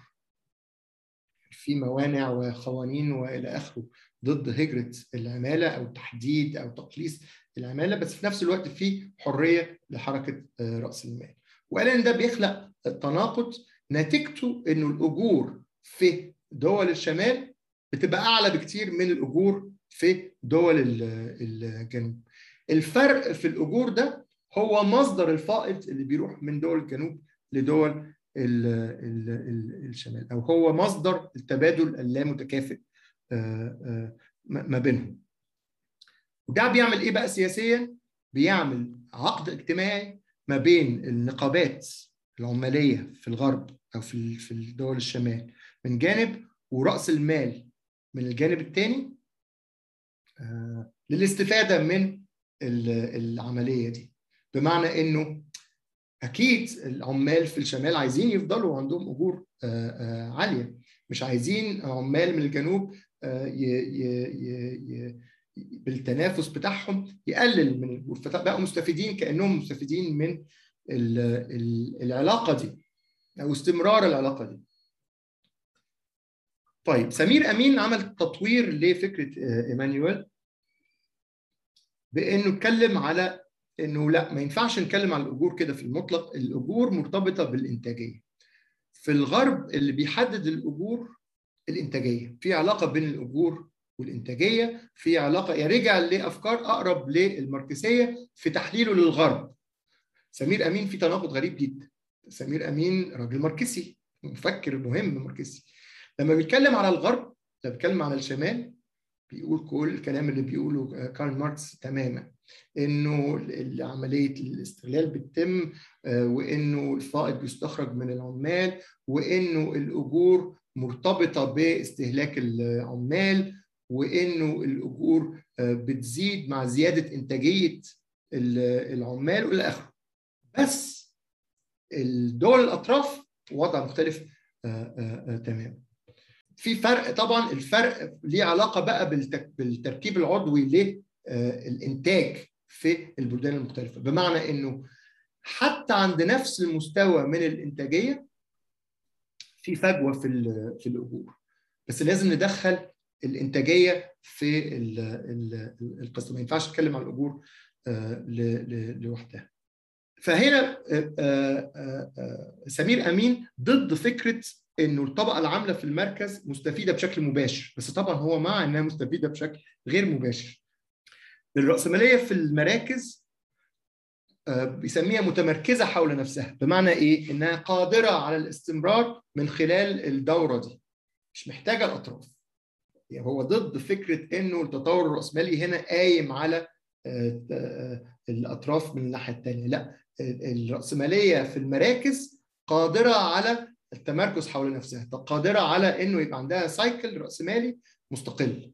[SPEAKER 1] في موانع وقوانين والى اخره ضد هجره العماله او تحديد او تقليص العماله، بس في نفس الوقت في حريه لحركه راس المال. وقال ان ده بيخلق تناقض نتيجته انه الاجور في دول الشمال بتبقى اعلى بكتير من الاجور في دول الجنوب. الفرق في الاجور ده هو مصدر الفائض اللي بيروح من دول الجنوب لدول ال ال ال الشمال، او هو مصدر التبادل اللامتكافئ ما بينهم. وده بيعمل ايه بقى سياسيا؟ بيعمل عقد اجتماعي ما بين النقابات العماليه في الغرب او في في الدول الشمال من جانب، ورأس المال من الجانب الثاني، للاستفاده من العمليه دي. بمعنى انه اكيد العمال في الشمال عايزين يفضلوا عندهم اجور عاليه، مش عايزين عمال من الجنوب بالتنافس بتاعهم يقلل من الاجور، فبقوا مستفيدين كانهم مستفيدين من العلاقه دي او استمرار العلاقه دي. طيب سمير امين عمل تطوير لفكره ايمانويل بانه اتكلم على انه لا، ما ينفعش نتكلم على الاجور كده في المطلق، الاجور مرتبطه بالانتاجيه. في الغرب اللي بيحدد الاجور الانتاجيه، في علاقه بين الاجور والانتاجيه، في علاقه يرجع لافكار اقرب للماركسيه في تحليله للغرب. سمير امين في تناقض غريب جدا. سمير امين راجل ماركسي، مفكر مهم ماركسي، لما بيتكلم على الغرب، لما بيتكلم على الشمال، بيقول كل الكلام اللي بيقوله كارل ماركس تماما، انه عمليه الاستغلال بتتم، وانه الفائض بيستخرج من العمال، وانه الاجور مرتبطه باستهلاك العمال، وانه الاجور بتزيد مع زياده انتاجيه العمال والى اخره. بس الدول الاطراف وضع مختلف تماما. في فرق طبعا، الفرق ليه علاقه بقى بالتركيب العضوي للانتاج في البلدان المختلفه، بمعنى انه حتى عند نفس المستوى من الانتاجيه في فجوه في في الاجور، بس لازم ندخل الانتاجيه في القصه، ما ينفعش نتكلم على الاجور لوحدها. فهنا سمير امين ضد فكره انه الطبقه العامله في المركز مستفيده بشكل مباشر، بس طبعا هو مع انها مستفيده بشكل غير مباشر. الرأسماليه في المراكز بيسميها متمركزه حول نفسها، بمعنى ايه؟ انها قادره على الاستمرار من خلال الدوره دي، مش محتاجه الاطراف. يعني هو ضد فكره انه التطور الرأسمالي هنا قايم على الاطراف من الناحيه الثانيه، لا، الرأسماليه في المراكز قادره على التمركز حول نفسها، قادره على انه يبقى عندها سايكل رأسمالي مستقل.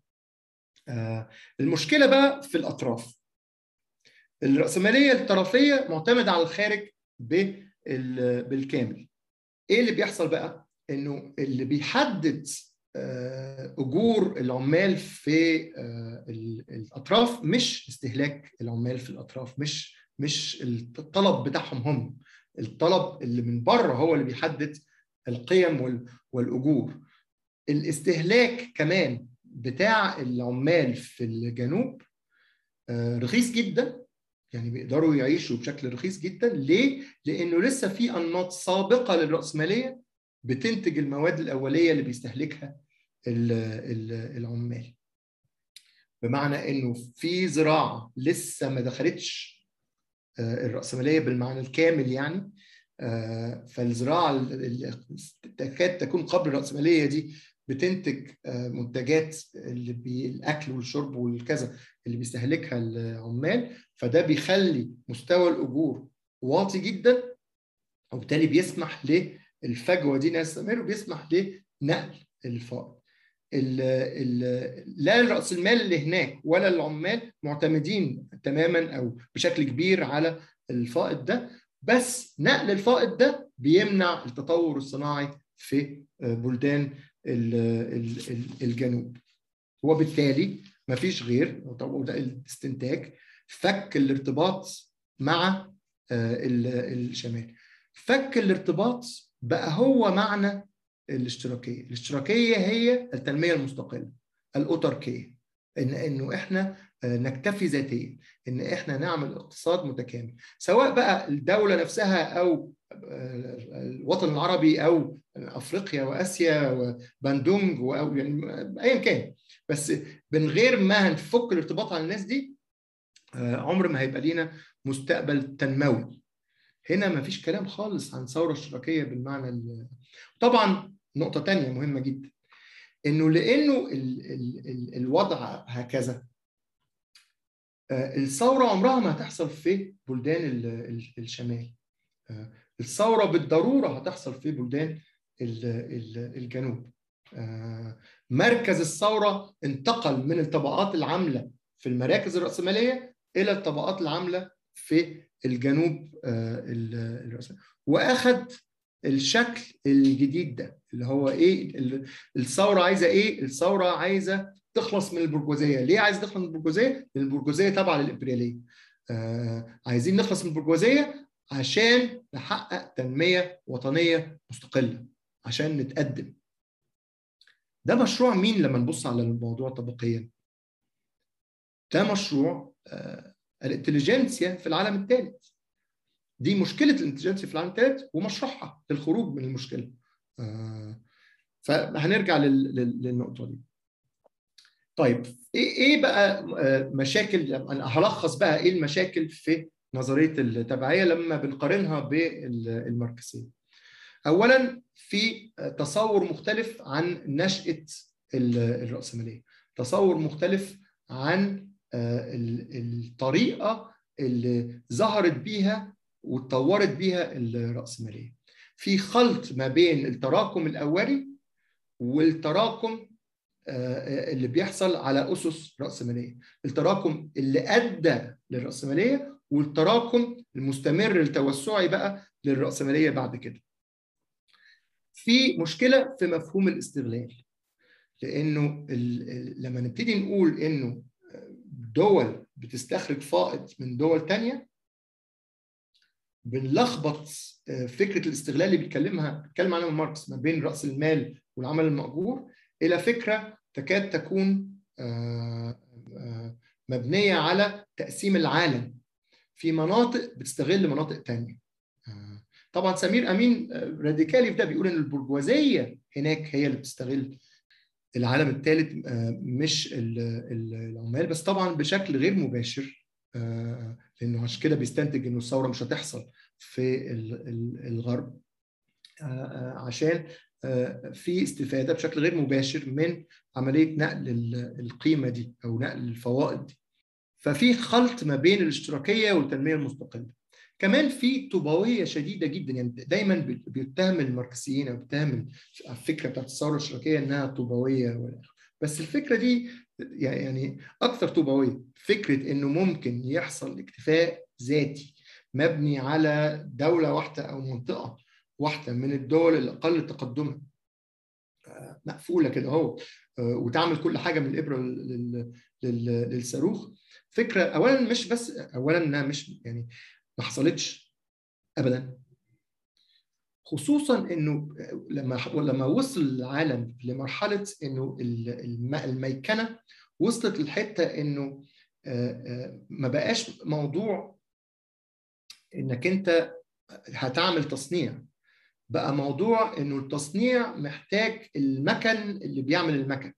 [SPEAKER 1] المشكله بقى في الاطراف. الرأسماليه الطرفيه معتمده على الخارج بالكامل. ايه اللي بيحصل بقى؟ انه اللي بيحدد اجور العمال في الاطراف مش استهلاك العمال في الاطراف، مش مش الطلب بتاعهم هم، الطلب اللي من بره هو اللي بيحدد القيم والاجور. الاستهلاك كمان بتاع العمال في الجنوب رخيص جدا، يعني بيقدروا يعيشوا بشكل رخيص جدا. ليه؟ لانه لسه في انماط سابقه للرأسماليه بتنتج المواد الاوليه اللي بيستهلكها العمال، بمعنى انه في زراعه لسه ما دخلتش الرأسماليه بالمعنى الكامل، يعني فالزراعه اللي تكاد تكون قبل الرأسماليه دي بتنتج منتجات اللي بالاكل والشرب والكذا اللي بيستهلكها العمال، فده بيخلي مستوى الاجور واطي جدا، وبالتالي بيسمح للفجوه دي انها تستمر، وبيسمح لنقل الفائض. لا راس المال اللي هناك ولا العمال معتمدين تماما او بشكل كبير على الفائض ده، بس نقل الفائض ده بيمنع التطور الصناعي في بلدان الجنوب، وبالتالي ما فيش غير وده الاستنتاج فك الارتباط مع الشمال. فك الارتباط بقى هو معنى الاشتراكيه. الاشتراكيه هي التنميه المستقله، الاوتاركيه، ان انه احنا نكتفي ذاتيا، ان احنا نعمل اقتصاد متكامل، سواء بقى الدوله نفسها او الوطن العربي او افريقيا واسيا وباندونج او يعني ايا كان، بس من غير ما هنفك الارتباط عن الناس دي عمر ما هيبقى لينا مستقبل تنموي. هنا ما فيش كلام خالص عن ثوره اشتراكيه بالمعنى ال... طبعا نقطه ثانيه مهمه جدا، انه لانه ال ال ال الوضع هكذا، الثوره عمرها ما هتحصل في بلدان ال ال الشمال، الثوره بالضروره هتحصل في بلدان ال ال الجنوب. مركز الثوره انتقل من الطبقات العامله في المراكز الرأسماليه الى الطبقات العامله في الجنوب الرأسمالي، واخد الشكل الجديد ده اللي هو ايه؟ الثوره عايزه ايه؟ الثوره عايزه تخلص من البرجوازيه. ليه عايزه تخلص من البرجوازيه؟ لان البرجوازيه تابعه للامبرياليه. آه عايزين نخلص من البرجوازيه عشان نحقق تنميه وطنيه مستقله، عشان نتقدم. ده مشروع مين لما نبص على الموضوع طبقيا؟ ده مشروع آه الانتليجنسيا في العالم الثالث. دي مشكله الانتليجنسيا في العالم الثالث ومشروعها للخروج من المشكله. آه فهنرجع للنقطه دي. طيب ايه ايه بقى مشاكل؟ انا هلخص بقى ايه المشاكل في نظريه التبعيه لما بنقارنها بالماركسيه. اولا في تصور مختلف عن نشأة الرأسمالية، تصور مختلف عن الطريقة اللي ظهرت بيها واتطورت بيها الرأسمالية. في خلط ما بين التراكم الأولي والتراكم اللي بيحصل على أسس رأسمالية، التراكم اللي أدى للرأسمالية والتراكم المستمر التوسعي بقى للرأسمالية بعد كده. في مشكلة في مفهوم الاستغلال، لأنه لما نبتدي نقول إنه دول بتستخرج فائض من دول تانية، بنلخبط فكرة الاستغلال اللي بيتكلمها بيتكلم عنها ماركس ما بين رأس المال والعمل المأجور إلى فكرة تكاد تكون مبنية على تقسيم العالم في مناطق بتستغل مناطق تانية. طبعا سمير أمين راديكالي في ده بيقول إن البرجوازية هناك هي اللي بتستغل العالم الثالث مش العمال، بس طبعا بشكل غير مباشر، لأنه عشان كده بيستنتج إنه الثورة مش هتحصل في الغرب، عشان في استفادة بشكل غير مباشر من عملية نقل القيمة دي أو نقل الفوائد دي. ففي خلط ما بين الاشتراكية والتنمية المستقلة. كمان في طوبوية شديدة جدا، يعني دايما بيتهم الماركسيين او بيتهم الفكرة بتاعت الثورة الاشتراكية انها طوبوية، بس الفكرة دي يعني اكثر طوبوية. فكرة انه ممكن يحصل اكتفاء ذاتي مبني على دولة واحدة او منطقة واحدة من الدول الاقل تقدما مقفولة كده اهو، وتعمل كل حاجة من الابرة للصاروخ. فكرة اولا مش بس اولا انها مش يعني ما حصلتش ابدا، خصوصا انه لما لما وصل العالم لمرحله انه الميكنه وصلت للحته انه ما بقاش موضوع انك انت هتعمل تصنيع، بقى موضوع انه التصنيع محتاج المكن اللي بيعمل المكن.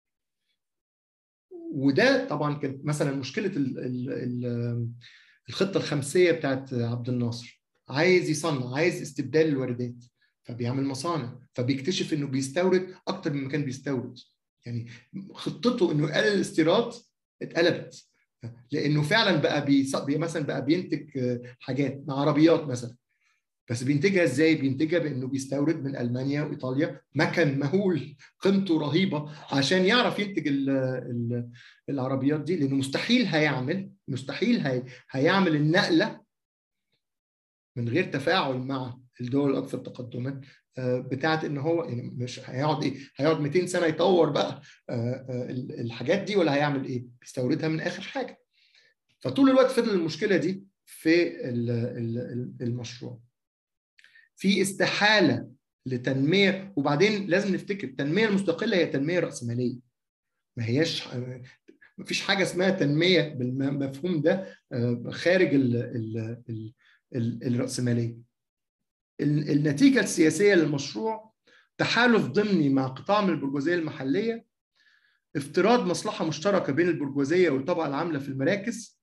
[SPEAKER 1] وده طبعا كانت مثلا مشكله الخطه الخمسيه بتاعت عبد الناصر، عايز يصنع، عايز استبدال الواردات، فبيعمل مصانع، فبيكتشف انه بيستورد اكتر مما كان بيستورد. يعني خطته انه يقلل الاستيراد اتقلبت، لانه فعلا بقى بي مثلا بقى بينتج حاجات مع عربيات مثلا، بس بينتجها ازاي؟ بينتجها بانه بيستورد من المانيا وايطاليا مكن مهول قيمته رهيبه عشان يعرف ينتج ال ال العربيات دي، لانه مستحيل هيعمل مستحيل هي هيعمل النقله من غير تفاعل مع الدول الاكثر تقدما بتاعت ان هو يعني مش هيقعد ايه؟ هيقعد مئتين سنه يطور بقى الحاجات دي، ولا هيعمل ايه؟ بيستوردها من اخر حاجه. فطول الوقت فضل المشكله دي في المشروع. في استحاله لتنميه، وبعدين لازم نفتكر التنميه المستقله هي تنميه راسماليه، ما هياش ما فيش حاجه اسمها تنميه بالمفهوم ده خارج ال ال ال الراسماليه. النتيجه السياسيه للمشروع تحالف ضمني مع قطاع من البرجوازيه المحليه، افتراض مصلحه مشتركه بين البرجوازيه والطبقه العامله في المراكز،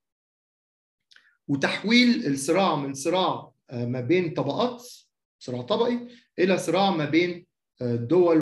[SPEAKER 1] وتحويل الصراع من صراع ما بين طبقات، صراع طبقي، الى صراع ما بين دول